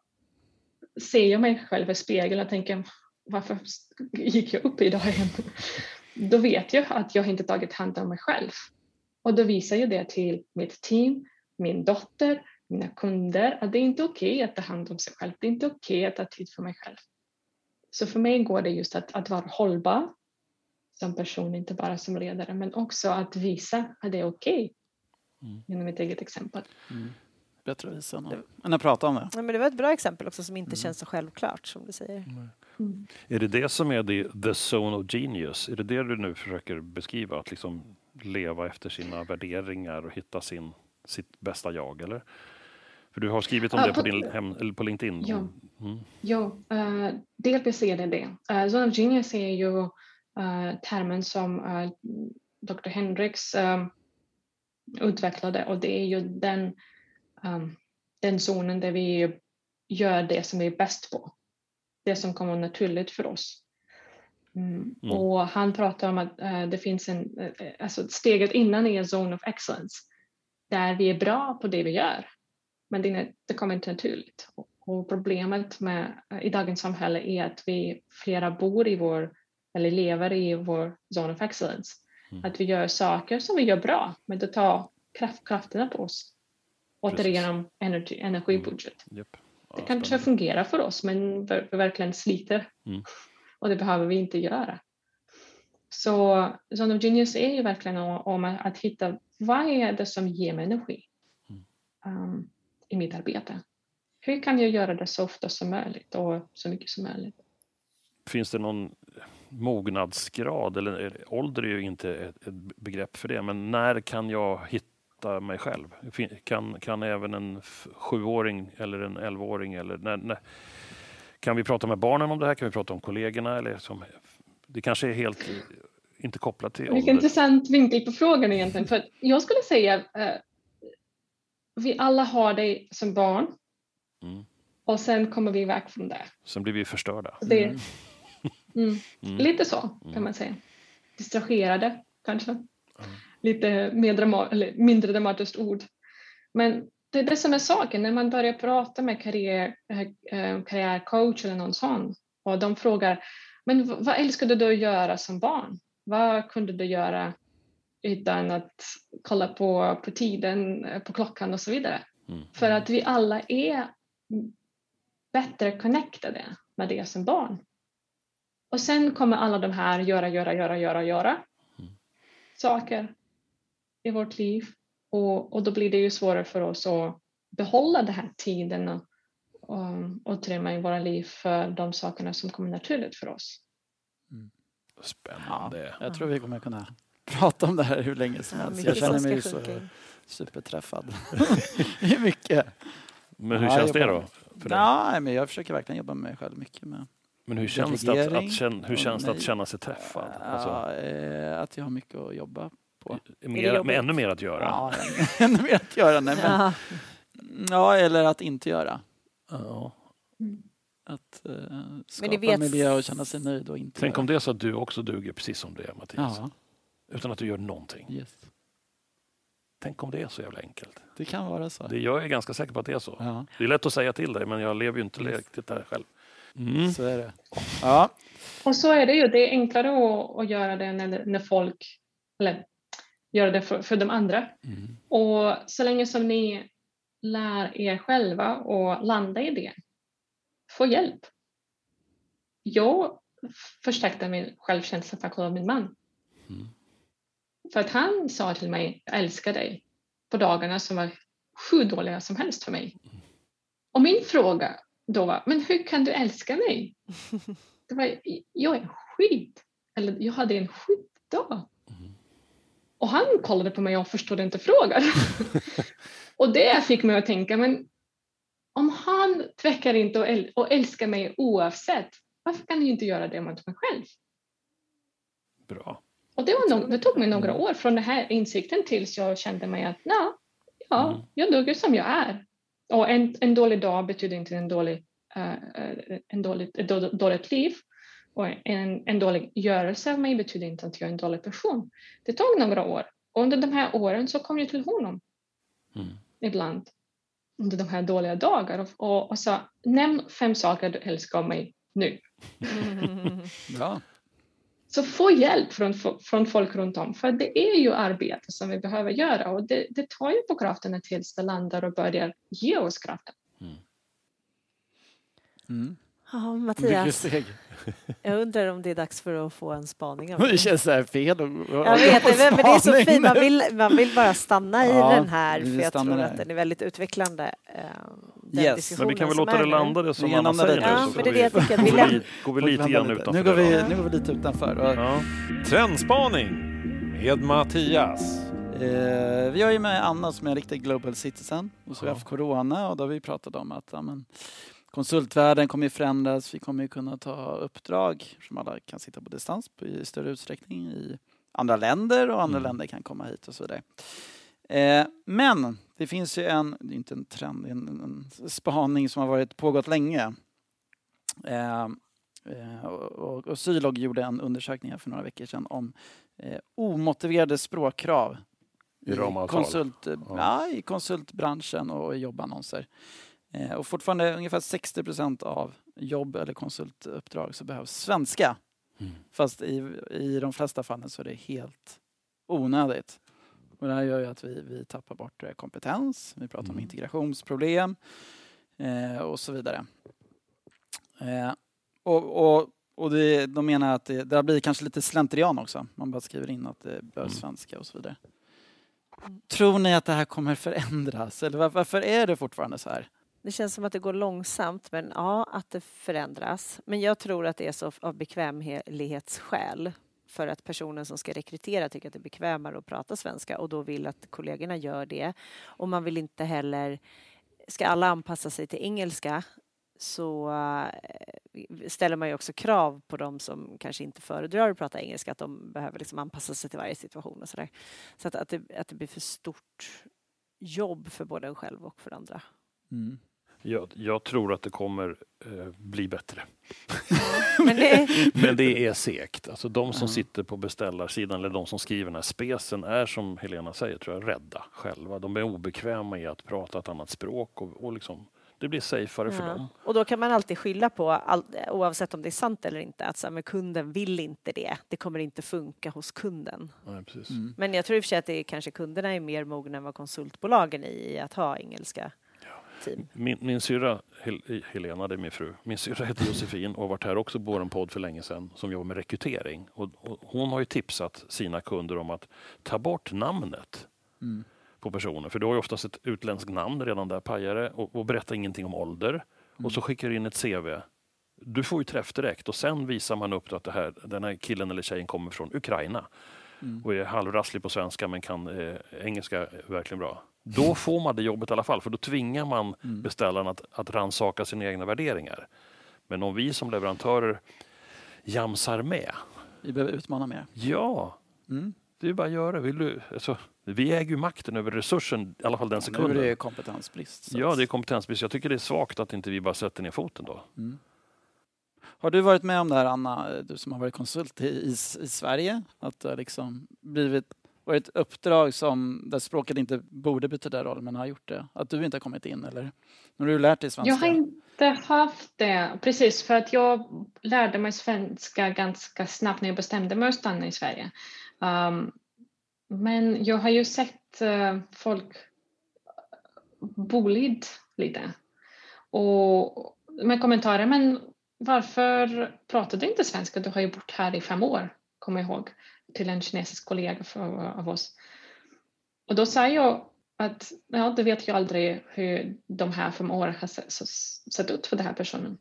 ser jag mig själv i spegeln och tänker, varför gick jag upp idag igen? Då vet jag att jag inte tagit hand om mig själv. Och då visar jag det till mitt team, min dotter, mina kunder, att det är inte okej att ta hand om sig själv. Det är inte okej att ta tid för mig själv. Så för mig går det just att, att vara hållbar som person, inte bara som ledare, men också att visa att det är okej Mm. genom mitt eget exempel. Mm. Bättre att visa någon än att prata om det. Ja, men det var ett bra exempel också som inte Mm. känns så självklart som du säger. Mm. Är det det som är the, the zone of genius? Är det det du nu försöker beskriva? Att liksom leva efter sina värderingar och hitta sin, sitt bästa jag, eller? För du har skrivit om Ja, det på, på- din hem, eller på LinkedIn. Ja. Mm. Ja, uh, delvis är det det. Uh, Zone of Genius är ju uh, termen som uh, doktor Hendricks um, utvecklade och det är ju den, um, den zonen där vi gör det som vi är bäst på. Det som kommer naturligt för oss. Mm. Mm. Och han pratar om att uh, det finns en, uh, alltså steget innan är en zone of excellence där vi är bra på det vi gör. Men det, det kommer inte naturligt. Och, och problemet med, uh, i dagens samhälle är att vi flera bor i vår, eller lever i vår zone of excellence. Mm. Att vi gör saker som vi gör bra, men det tar kraft, krafterna på oss. Återigenom energi, energibudget. Japp. Ja, Det kanske spännande. fungerar för oss, men vi vi verkligen sliter. Mm. Och det behöver vi inte göra. Så Zone of Genius är ju verkligen om, om att hitta vad är det som ger mig energi Mm. um, i mitt arbete. Hur kan jag göra det så ofta som möjligt och så mycket som möjligt? Finns det någon mognadsgrad, eller är- ålder är ju inte ett, ett begrepp för det, men när kan jag hitta mig själv? Fin- Kan, kan även en f- sjuåring eller en elvaåring, eller när, när, kan vi prata med barnen om det här? Kan vi prata om kollegorna? Eller som, det kanske är helt eh, inte kopplat till Vilken ålder. intressant vinkel på frågan egentligen. För att jag skulle säga eh, vi alla har det som barn Mm. och sen kommer vi iväg från det. Sen blir vi förstörda. Så det Mm. mm, Mm. lite så Mm. kan man säga. Distraherade kanske. Lite mer drama- eller mindre dramatiskt ord. Men det är det som är saken när man börjar prata med karriär, eh, karriärcoach eller någon sån och de frågar, men v- vad älskade du att göra som barn? Vad kunde du göra utan att kolla på, på tiden, eh, på klockan och så vidare? Mm. För att vi alla är bättre connectade med det som barn. Och sen kommer alla de här göra, göra, göra, göra, göra Mm. saker i vårt liv. Och, och då blir det ju svårare för oss att behålla den här tiden och, och utrymme i våra liv för de sakerna som kommer naturligt för oss. Mm. Spännande. Ja, jag tror vi kommer kunna prata om det här hur länge som Ja, helst. mycket Jag känner som mig ska så funka in. superträffad. Det är mycket. Men hur Ja, känns jag det jobbar- då? För dig? Nej, men jag försöker verkligen jobba med mig själv mycket med. Men hur känns det att, Delegering. att, känna, hur känns det att Nej. känna sig träffad? Alltså, Ja, eh, att jag har mycket att jobba på. mer, jobbigt? med ännu mer att göra? Ja, ännu mer att göra. Nej, men, Ja. ja, eller att inte göra. Ja. Att eh, ni skapa vet- miljö och känna sig nöjd och inte Tänk göra. om det är så att du också duger precis som det är, Mattias. Ja, Utan att du gör någonting. yes. Tänk om det är så jävla enkelt. Det kan vara så. Det, jag är ganska säker på att det är så. Ja, Det är lätt att säga till dig, men jag lever ju inte Yes. riktigt där själv. Mm. så är det. Ja, Och så är det ju, det är enklare att, att göra det när, när folk, eller göra det för, för de andra. Mm. Och så länge som ni lär er själva och landa i det, få hjälp. Jag förstärkte min självkänsla tack vare min man. Mm. För att han sa till mig, jag älskar dig, på dagarna som var sju dåliga som helst för mig. Och min fråga då var, men hur kan du älska mig? Det var, jag är skit. Eller jag hade en skitdag. Mm. Och han kollade på mig och förstod inte frågan. Och det fick mig att tänka, men om han tvekar inte och, äl- och älskar mig oavsett, varför kan jag inte göra det mot mig själv? Bra. Och det, var nog, det tog mig några år från den här insikten tills jag kände mig att na, ja, Mm. jag duger som jag är. Och en, en dålig dag betyder inte en dålig, uh, en dålig, ett då- dåligt liv. Och en, en dålig görelse av mig betyder inte att jag är en dålig person. Det tog några år. Och under de här åren så kom jag till honom Mm. ibland. Under de här dåliga dagarna. Och, och, och sa, nämn fem saker du älskar av mig nu. bra. Så få hjälp från, från folk runt om. För det är ju arbete som vi behöver göra. Och det, det tar ju på krafterna tills det landar och börjar ge oss kraften. Mm. Ja, Mycket Mattias, steg. jag undrar om det är dags för att få en spaning av Det dig. känns så här fel. att- Jag vet det, men det är så spaning fint. Man nu. vill, man vill bara stanna i Ja, den här, vi för jag stannar tror där. att den är väldigt utvecklande. eh, Den Yes. diskussionen Men vi kan väl som låta är det nu. landa det som Vi Anna landar säger lite. nu. Ja, så för får det är det jag tycker att vi går läm- vi, går vi lite grann utanför nu går det. vi, nu går vi lite utanför. Och, Ja. Trendspaning med Mattias. eh, vi har ju med Anna som är en riktig global citizen. Och så har vi Ja. haft corona och då har vi pratat om att ja, men, konsultvärlden kommer ju förändras. Vi kommer ju kunna ta uppdrag som alla kan sitta på distans på, i större utsträckning i andra länder och andra Mm. länder kan komma hit och så vidare. Eh, men det finns ju en, det är inte en trend, det är en, en spaning som har varit pågått länge. Eh, eh, och, och Sylog gjorde en undersökning här för några veckor sedan om eh, omotiverade språkkrav I ramavtal. konsult, Ja. ja, i konsultbranschen och i jobbannonser. Eh, och fortfarande ungefär sextio procent av jobb eller konsultuppdrag så behövs svenska. Mm. Fast i, i de flesta fallen så är det helt onödigt. Och det här gör ju att vi, vi tappar bort eh, kompetens. Vi pratar om Mm. integrationsproblem eh, och så vidare. Eh, och och, och det, de menar att det, det blir kanske lite slentrian också. Man bara skriver in att det behövs Mm. svenska och så vidare. Tror ni att det här kommer förändras? Eller var, varför är det fortfarande så här? Det känns som att det går långsamt, men ja, att det förändras. Men jag tror att det är så av bekvämlighetsskäl. För att personen som ska rekrytera tycker att det är bekvämare att prata svenska och då vill att kollegorna gör det. Och man vill inte heller, ska alla anpassa sig till engelska så eh, ställer man ju också krav på dem som kanske inte föredrar att prata engelska, att de behöver liksom anpassa sig till varje situation och sådär. Så att, att, det, att det blir för stort jobb för både en själv och för andra. Mm. Jag, jag tror att det kommer eh, bli bättre. Men det, Men det är segt. Alltså de som Ja. sitter på beställarsidan eller de som skriver den här spesen är som Helena säger, tror jag, rädda själva. De är obekväma i att prata ett annat språk och, och liksom, det blir safeare för dem. Och då kan man alltid skylla på, all, oavsett om det är sant eller inte, att så här, men kunden vill inte det. Det kommer inte funka hos kunden. Nej, precis. Mm. Men jag tror i och för sig att det är, kanske kunderna är mer mogna än vad konsultbolagen är i att ha engelska team. Min, min syrra, Hel- Helena, det är min fru, min syrra heter Josefin och har varit här också på en podd för länge sedan som jobbar med rekrytering. Och, och hon har ju tipsat sina kunder om att ta bort namnet Mm. på personen. För du har ju oftast ett utländskt namn redan där, pajare, och, och berätta ingenting om ålder. och så skickar du in ett C V. Du får ju träff direkt och sen visar man upp att det här, den här killen eller tjejen kommer från Ukraina mm. och är halvrasslig på svenska men kan eh, engelska verkligen bra. Då får man det jobbet i alla fall, för då tvingar man mm. beställaren att, att rannsaka sina egna värderingar. Men om vi som leverantörer jamsar med. Vi behöver utmana mer. Ja, mm. det är bara att göra. Vill du, alltså, vi äger ju makten över resursen, i alla fall den sekunden. Nu är det kompetensbrist. Ja, det är kompetensbrist. Jag tycker det är svagt att inte vi bara sätter ner foten då. Mm. Har du varit med om det här, Anna, du som har varit konsult i, i, i Sverige? Att det liksom blivit varit uppdrag som där språket inte borde betyda roll men har gjort det? Att du inte har kommit in, eller? När du lärt dig svenska? Jag har inte haft det, precis, för att jag lärde mig svenska ganska snabbt när jag bestämde mig att stanna i Sverige. Um, men jag har ju sett uh, folk bolid lite. Och med kommentarer, men varför pratar du inte svenska? Du har ju bott här i fem år, kommer jag ihåg, till en kinesisk kollega för, av oss. Och då sa jag att ja, det vet jag aldrig hur de här fem åren har sett, sett ut för den här personen.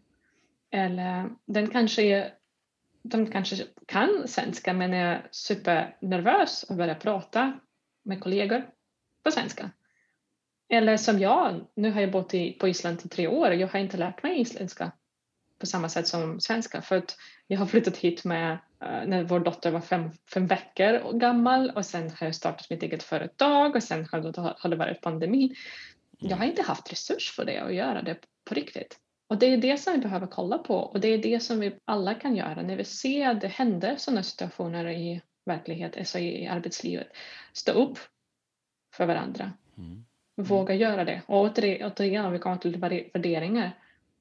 Eller den kanske, är, de kanske kan svenska men är supernervös och börjar prata med kollegor på svenska. Eller som jag, nu har jag bott i, på Island i tre år och jag har inte lärt mig isländska på samma sätt som svenska. För att jag har flyttat hit med uh, när vår dotter var fem, fem veckor gammal. Och sen har jag startat mitt eget företag. Och sen har det, har det varit pandemin. Jag har inte haft resurs för det och göra det på riktigt. Och det är det som vi behöver kolla på. Och det är det som vi alla kan göra. När vi ser att det händer sådana situationer i verkligheten, alltså i arbetslivet. Stå upp för varandra. Mm. Våga göra det. Och återigen, återigen vi kommer till värderingar.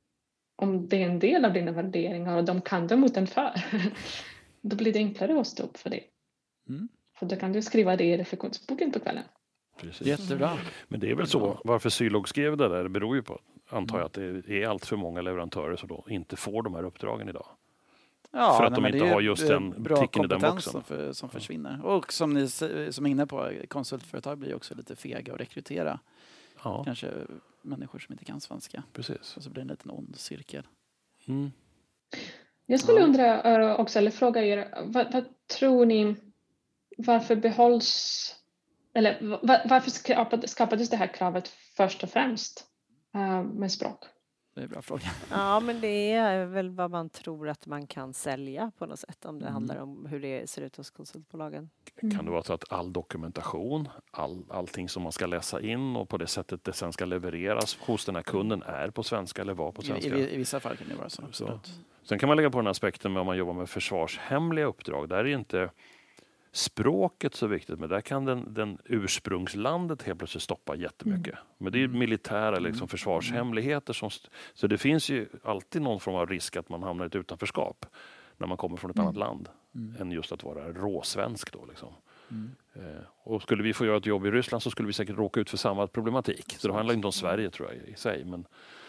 Om det är en del av dina värderingar och de kan du mot en för, då blir det enklare att stå upp för det. Mm. För då kan du skriva det i reflektionsboken på kvällen. Precis. Jättebra. Men det är väl så, varför Sylog skrev det där, det beror ju på, antar jag, att det är allt för många leverantörer som då inte får de här uppdragen idag. Ja, för att nej, de inte har just den bra ticken i den boxen. Som, för, som försvinner. Och som ni som är inne på, konsultföretag blir också lite fega att rekrytera. Ja. Kanske människor som inte kan svenska. Precis. Och så blir det en liten ond cirkel. Mm. Jag skulle ja. undra också, eller fråga er, vad, vad tror ni, varför behålls, eller var, varför skapades det här kravet först och främst uh, med språk? Det är en bra fråga. Ja, men det är väl vad man tror att man kan sälja på något sätt, om det mm. handlar om hur det ser ut hos konsultbolagen. Mm. Kan det vara så att all dokumentation, all, allting som man ska läsa in och på det sättet det sen ska levereras hos den här kunden är på svenska eller var på svenska? I, i, i vissa fall kan det vara så. så. Sen kan man lägga på den aspekten med om man jobbar med försvarshemliga uppdrag. Där är inte språket så viktigt, men där kan den, den ursprungslandet helt plötsligt stoppa jättemycket. Mm. Men det är militära liksom, mm. försvarshemligheter. Som, så det finns ju alltid någon form av risk att man hamnar i ett utanförskap när man kommer från ett mm. annat land mm. än just att vara råsvensk då liksom. Mm. Eh, och skulle vi få göra ett jobb i Ryssland så skulle vi säkert råka ut för samma problematik. Så det handlar inte om Sverige tror jag i sig, men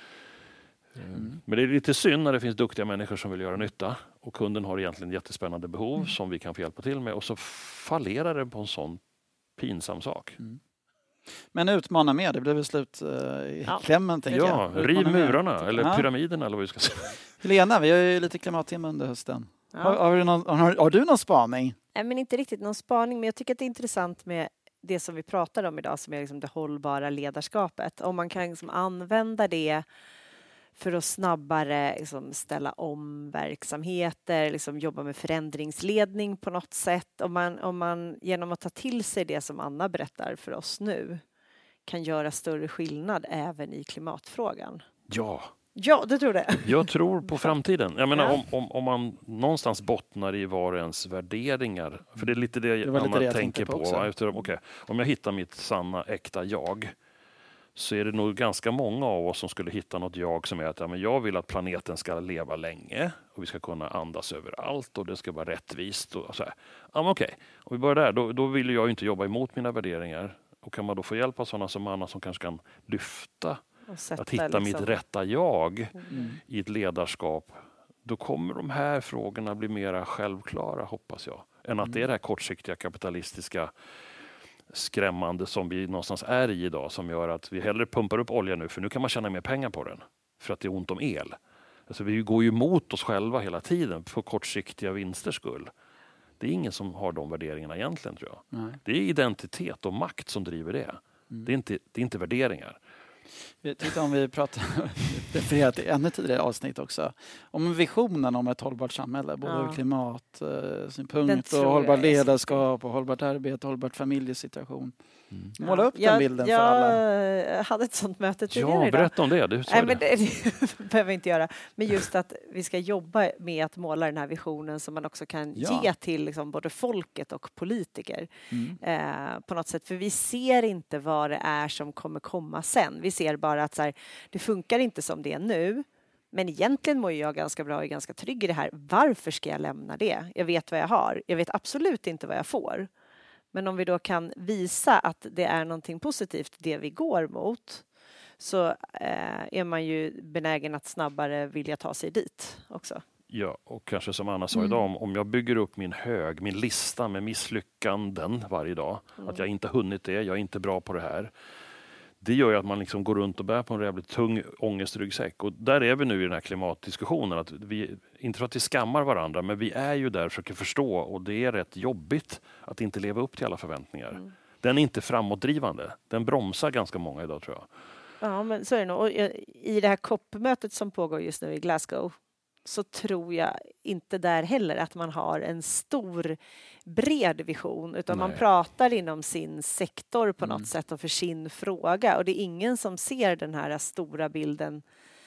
Mm. Men det är lite synd när det finns duktiga människor som vill göra nytta och kunden har egentligen jättespännande behov mm. som vi kan få hjälpa till med och så fallerar det på en sån pinsam sak. Mm. Men utmana mer, det blir väl slut uh, i ja. klämmen tänker ja, jag. Riv murarna mer. Eller ja. pyramiderna eller vad vi ska säga. Helena, vi har ju lite klimattimme under hösten. Ja. Har, har, du någon, har, har du någon spaning? Nej, men inte riktigt någon spaning, men jag tycker att det är intressant med det som vi pratar om idag som är liksom det hållbara ledarskapet. Om man kan liksom använda det för att snabbare liksom ställa om verksamheter, liksom jobba med förändringsledning på något sätt. Om man, om man genom att ta till sig det som Anna berättar för oss nu kan göra större skillnad även i klimatfrågan. Ja. Ja, du tror det? Jag tror på framtiden. Jag menar, ja. om, om, om man någonstans bottnar i var ens värderingar. För det är lite det, det Anna det tänker på. på efter, okay, om jag hittar mitt sanna, äkta jag så är det nog ganska många av oss som skulle hitta något jag som är att ja, men jag vill att planeten ska leva länge och vi ska kunna andas överallt och det ska vara rättvist. Och så här. Ja, men okej, om vi börjar där, då, då vill jag ju inte jobba emot mina värderingar. Och kan man då få hjälp av sådana som Anna som kanske kan lyfta att hitta liksom. mitt rätta jag mm. i ett ledarskap, då kommer de här frågorna bli mera självklara, hoppas jag, än att mm. det är det här kortsiktiga kapitalistiska skrämmande som vi någonstans är i idag som gör att vi hellre pumpar upp olja nu för nu kan man tjäna mer pengar på den. för att det är ont om el. Alltså vi går ju emot oss själva hela tiden för kortsiktiga vinsters skull. Det är ingen som har de värderingarna egentligen, tror jag. Nej. Det är identitet och makt som driver det. Mm. Det är inte, det är inte värderingar. Jag tyckte om vi pratar refererat till ännu tidigare avsnitt också om visionen om ett hållbart samhälle, både ja. klimatsynpunkt och hållbart ledarskap och hållbart arbete och hållbart familjesituation. Mm. Måla upp jag, den bilden jag för alla. Jag hade ett sånt möte tidigare Ja, idag. berätta om det. Du sa Nej, det. men det, det behöver vi inte göra. Men just att vi ska jobba med att måla den här visionen som man också kan ja. ge till liksom både folket och politiker. Mm. Eh, på något sätt. För vi ser inte vad det är som kommer komma sen. Vi ser bara att så här, det funkar inte som det är nu. Men egentligen mår jag ganska bra och är ganska trygg i det här. Varför ska jag lämna det? Jag vet vad jag har. Jag vet absolut inte vad jag får. Men om vi då kan visa att det är någonting positivt, det vi går mot, så eh, är man ju benägen att snabbare vilja ta sig dit också. Ja, och kanske som Anna sa mm. idag, om, om jag bygger upp min hög, min lista med misslyckanden varje dag, mm. att jag inte hunnit det, jag är inte bra på det här. Det gör ju att man liksom går runt och bär på en jävligt tung ångestryggsäck. Och där är vi nu i den här klimatdiskussionen. Att vi, inte för att vi skammar varandra, men vi är ju där och försöker förstå. Och det är rätt jobbigt att inte leva upp till alla förväntningar. Mm. Den är inte framåtdrivande. Den bromsar ganska många idag, tror jag. Ja, men så är det nog. Och i det här C O P-mötet som pågår just nu i Glasgow, så tror jag inte där heller att man har en stor bred vision, utan Nej. man pratar inom sin sektor på mm. något sätt och för sin fråga, och det är ingen som ser den här stora bilden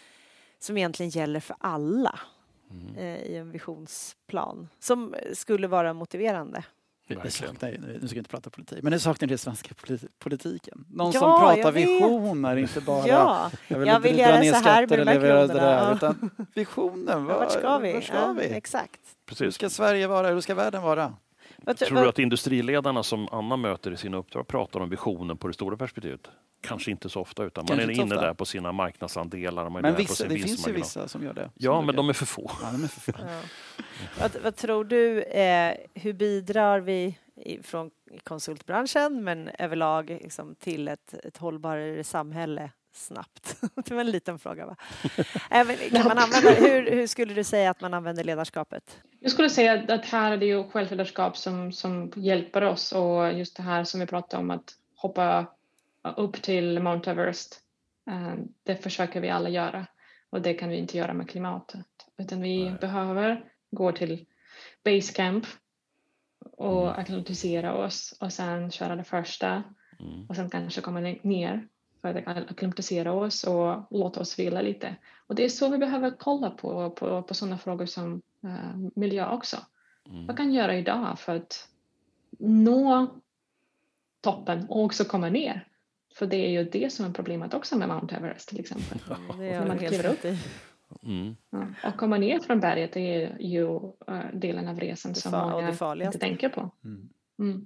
som egentligen gäller för alla mm. eh, i en visionsplan som skulle vara motiverande. Det saknar, nu ska jag inte prata politik, men det saknar det svenska politiken. Någon ja, som pratar visioner, inte bara ja, jag vill, jag vill dra göra ner så här skatter eller göra det där, ja. utan visionen, var, vart ska vi? Var ska ja, vi? Exakt. Precis. Hur ska Sverige vara? Hur ska världen vara? Jag tror du att industriledarna som Anna möter i sina uppdrag pratar om visionen på det stora perspektivet? Kanske inte så ofta, utan Kanske man är inne ofta. där på sina marknadsandelar. Man är men där vissa, på sin det finns ju vissa som gör det. Ja, men de är för få. Ja, de är för få. Ja. vad, vad tror du, eh, hur bidrar vi i, från konsultbranschen, men överlag liksom, till ett, ett hållbarare samhälle snabbt? Det var en liten fråga, va? Även, kan man använda, hur, hur skulle du säga att man använder ledarskapet? Jag skulle säga att här är det ju självledarskap som, som hjälper oss, och just det här som vi pratade om, att hoppa upp till Mount Everest. Det försöker vi alla göra, och det kan vi inte göra med klimatet, utan vi Nej. behöver gå till base camp och mm. akklimatisera oss och sen köra det första mm. och sen kanske komma ner för att akklimatisera oss och låta oss vila lite. Och det är så vi behöver kolla på, på, på sådana frågor som uh, miljö också. Mm. Vad kan jag göra idag för att nå toppen och också komma ner? För det är ju det som är problemet också med Mount Everest till exempel. Ja, det är man helt rätt i. Mm. Ja, och komma ner från berget är ju uh, delen av resan som många inte tänker på. Mm. Mm.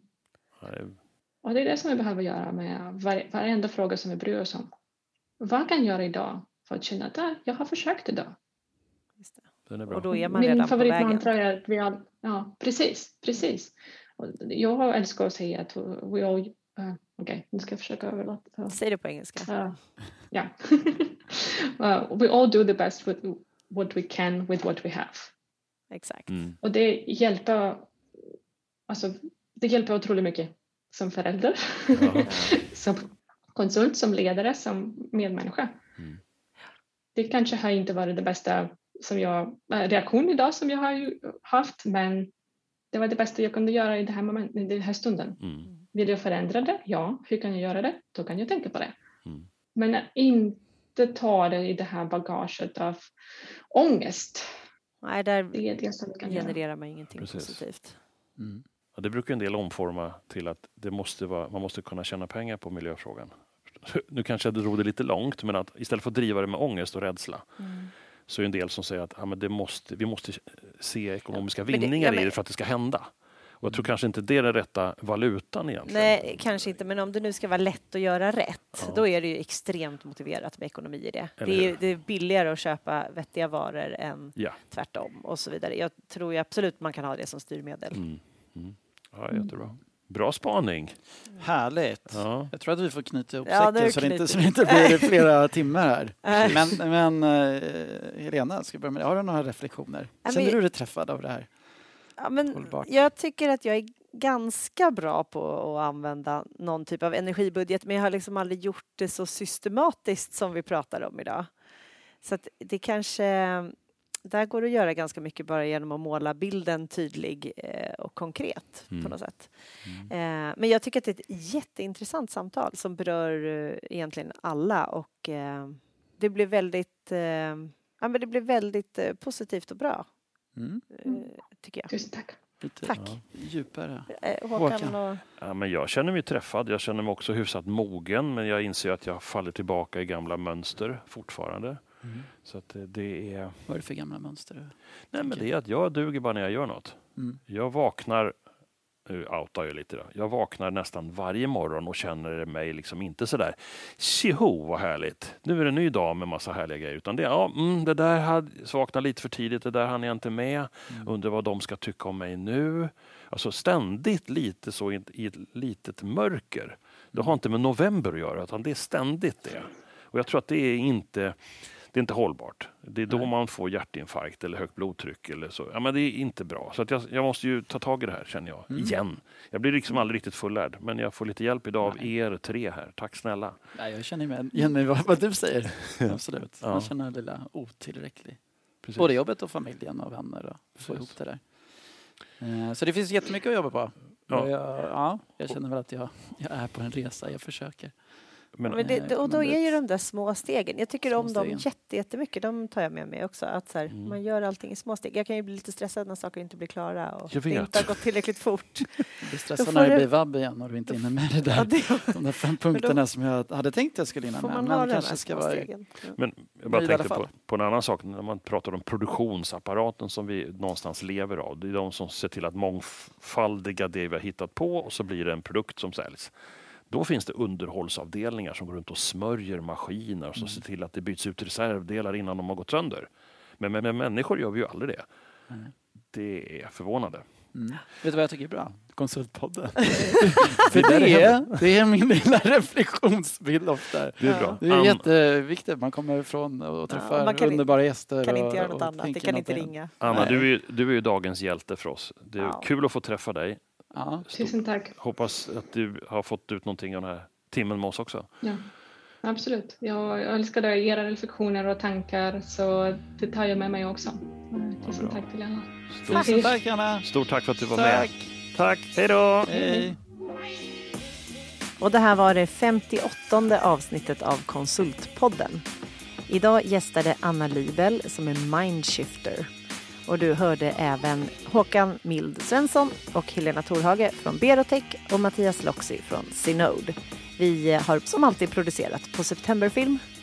Och det är det som vi behöver göra med var, varenda fråga som vi bryr oss om. Vad kan jag göra idag för att känna att ah, jag har försökt idag? Just det. Och då är man Min redan på vägen. Min favoritmantra är att vi all, ja, precis, precis. Och jag älskar att säga att we all, uh, okej, okay, nu ska jag försöka överlåta. Uh, Säg det på engelska. Uh, yeah. uh, we all do the best with what we can with what we have. Exakt. Mm. Och det hjälper, alltså, det hjälper otroligt mycket som förälder, som konsult, som ledare, som medmänniska. Mm. Det kanske har inte varit det bästa som jag, reaktion idag som jag har haft, men det var det bästa jag kunde göra i det här momentet, i den här stunden. Mm. Vill jag förändra det? Ja. Hur kan jag göra det? Då kan jag tänka på det. Mm. Men inte ta det i det här bagaget av ångest. Nej, där det är det som kan genererar göra. man ingenting Precis. positivt. Mm. Ja, det brukar en del omforma till att det måste vara, man måste kunna tjäna pengar på miljöfrågan. Nu kanske jag drog det lite långt, men att istället för att driva det med ångest och rädsla mm. så är det en del som säger att ja, men det måste, vi måste se ekonomiska ja, vinningar det, ja, men, i det för att det ska hända. Och jag tror kanske inte det är den rätta valutan egentligen. Nej, kanske inte. Men om det nu ska vara lätt att göra rätt, ja. då är det ju extremt motiverat med ekonomi i det. Det är, det är billigare att köpa vettiga varor än ja. tvärtom och så vidare. Jag tror ju absolut man kan ha det som styrmedel. Mm. Mm. Ja, jättebra. Bra spaning. Härligt. Ja. Jag tror att vi får knyta ihop Ja, säcken nu så det, inte, knyter så det inte blir flera timmar här. Nej. Men, men uh, Helena, ska jag börja med det? Har du några reflektioner? men- Känner du dig träffad av det här? Ja, men Hållbart. jag tycker att jag är ganska bra på att använda någon typ av energibudget, men jag har liksom aldrig gjort det så systematiskt som vi pratar om idag. Så att det kanske, där går det att göra ganska mycket bara genom att måla bilden tydlig eh, och konkret Mm. på något sätt. Eh, men jag tycker att det är ett jätteintressant samtal som berör eh, egentligen alla och eh, det blir väldigt, eh, ja, men det blir väldigt eh, positivt och bra, Mm. eh, tycker jag. Tusen tack. Lite Tack. djupare. Eh, Håkan, Håkan. och... Ja, men jag känner mig träffad. Jag känner mig också hyfsat mogen, men jag inser att jag faller tillbaka i gamla mönster fortfarande. Mm. Så att det- det är... Vad är det för gamla mönster? du Nej, men tänker? det är att jag duger bara när jag gör något. Mm. Jag vaknar, nu outar jag lite då. Jag vaknar nästan varje morgon och känner mig liksom inte sådär, tjoho vad härligt, nu är det en ny dag med massa härliga grejer. Utan det, ja, mm, det där hade vaknat lite för tidigt, det där hann jag inte med. Mm. Undrar vad de ska tycka om mig nu. Alltså ständigt lite så i ett, i ett litet mörker. Det har inte med november att göra, utan det är ständigt det. Och jag tror att det är inte... Det är inte hållbart. Det är då Nej. man får hjärtinfarkt eller högt blodtryck eller så. Ja, men det är inte bra. Så att jag, jag måste ju ta tag i det här, känner jag. Mm. Igen. Jag blir liksom aldrig riktigt fullärd. Men jag får lite hjälp idag av Nej. er tre här. Tack snälla. Nej, jag känner mig, igen mig vad, vad du säger. Absolut. Ja. Man känner lilla otillräcklig. Precis. Både jobbet och familjen och vänner och få ihop Precis. det där. Eh, Så det finns jättemycket att jobba på. Ja. Och jag, ja, jag känner väl att jag, jag är på en resa, jag försöker. Men, Men det, Eh, och då men det- är ju de där små stegen. Jag tycker Små om dem stegen. jätte, jättemycket. De tar jag med mig också. Att så här, Mm. man gör allting i små steg. Jag kan ju bli lite stressad när saker inte blir klara och Jag det vet. inte har gått tillräckligt fort. Jag blir stressad får när det du- blir vabb igen och du inte hinner med det där. Ja, det De där fem punkterna som jag hade tänkt jag skulle hinna får med. man ha Men de här kanske ska små vara... stegen. Ja. men jag bara Men i alla tänkte på, fall. på en annan sak. När man pratar om produktionsapparaten som vi någonstans lever av. Det är de som ser till att mångfaldiga det vi har hittat på och så blir det en produkt som säljs. Då finns det underhållsavdelningar som går runt och smörjer maskiner och så ser till att det byts ut reservdelar innan de har gått sönder. Men med, med människor gör vi ju aldrig det. Nej. Det är förvånande. Mm. Vet du vad jag tycker är bra? Konsultpodden. Det För är där det det är, det är min lilla reflektionsbild ofta. Det är bra. Det är Ann- jätteviktigt. Man kommer ifrån och träffar Ja, man kan i- underbara gäster. Kan och, inte göra något och annat. Det tänker kan något inte annat. ringa. Anna, Nej. du är, ju- du är ju dagens hjälte för oss. Det är Ja. kul att få träffa dig. Ja. Tusen tack. Hoppas att du har fått ut någonting av den här timmen med oss också. Ja, absolut. Jag, jag älskar det, era reflektioner och tankar, så det tar jag med mig också. Tusen bra. tack till alla. Stort, Tusen tack Anna. stort tack för att du var Tack. med. Tack, hej då! Hej. Och det här var det femtioåttonde avsnittet av Konsultpodden. Idag gästade Anna Libel som är mindshifter. Och du hörde även Håkan Mild Svensson och Helena Torhage från Berotech och Mattias Loxi från Synode. Vi har som alltid producerat på Septemberfilm.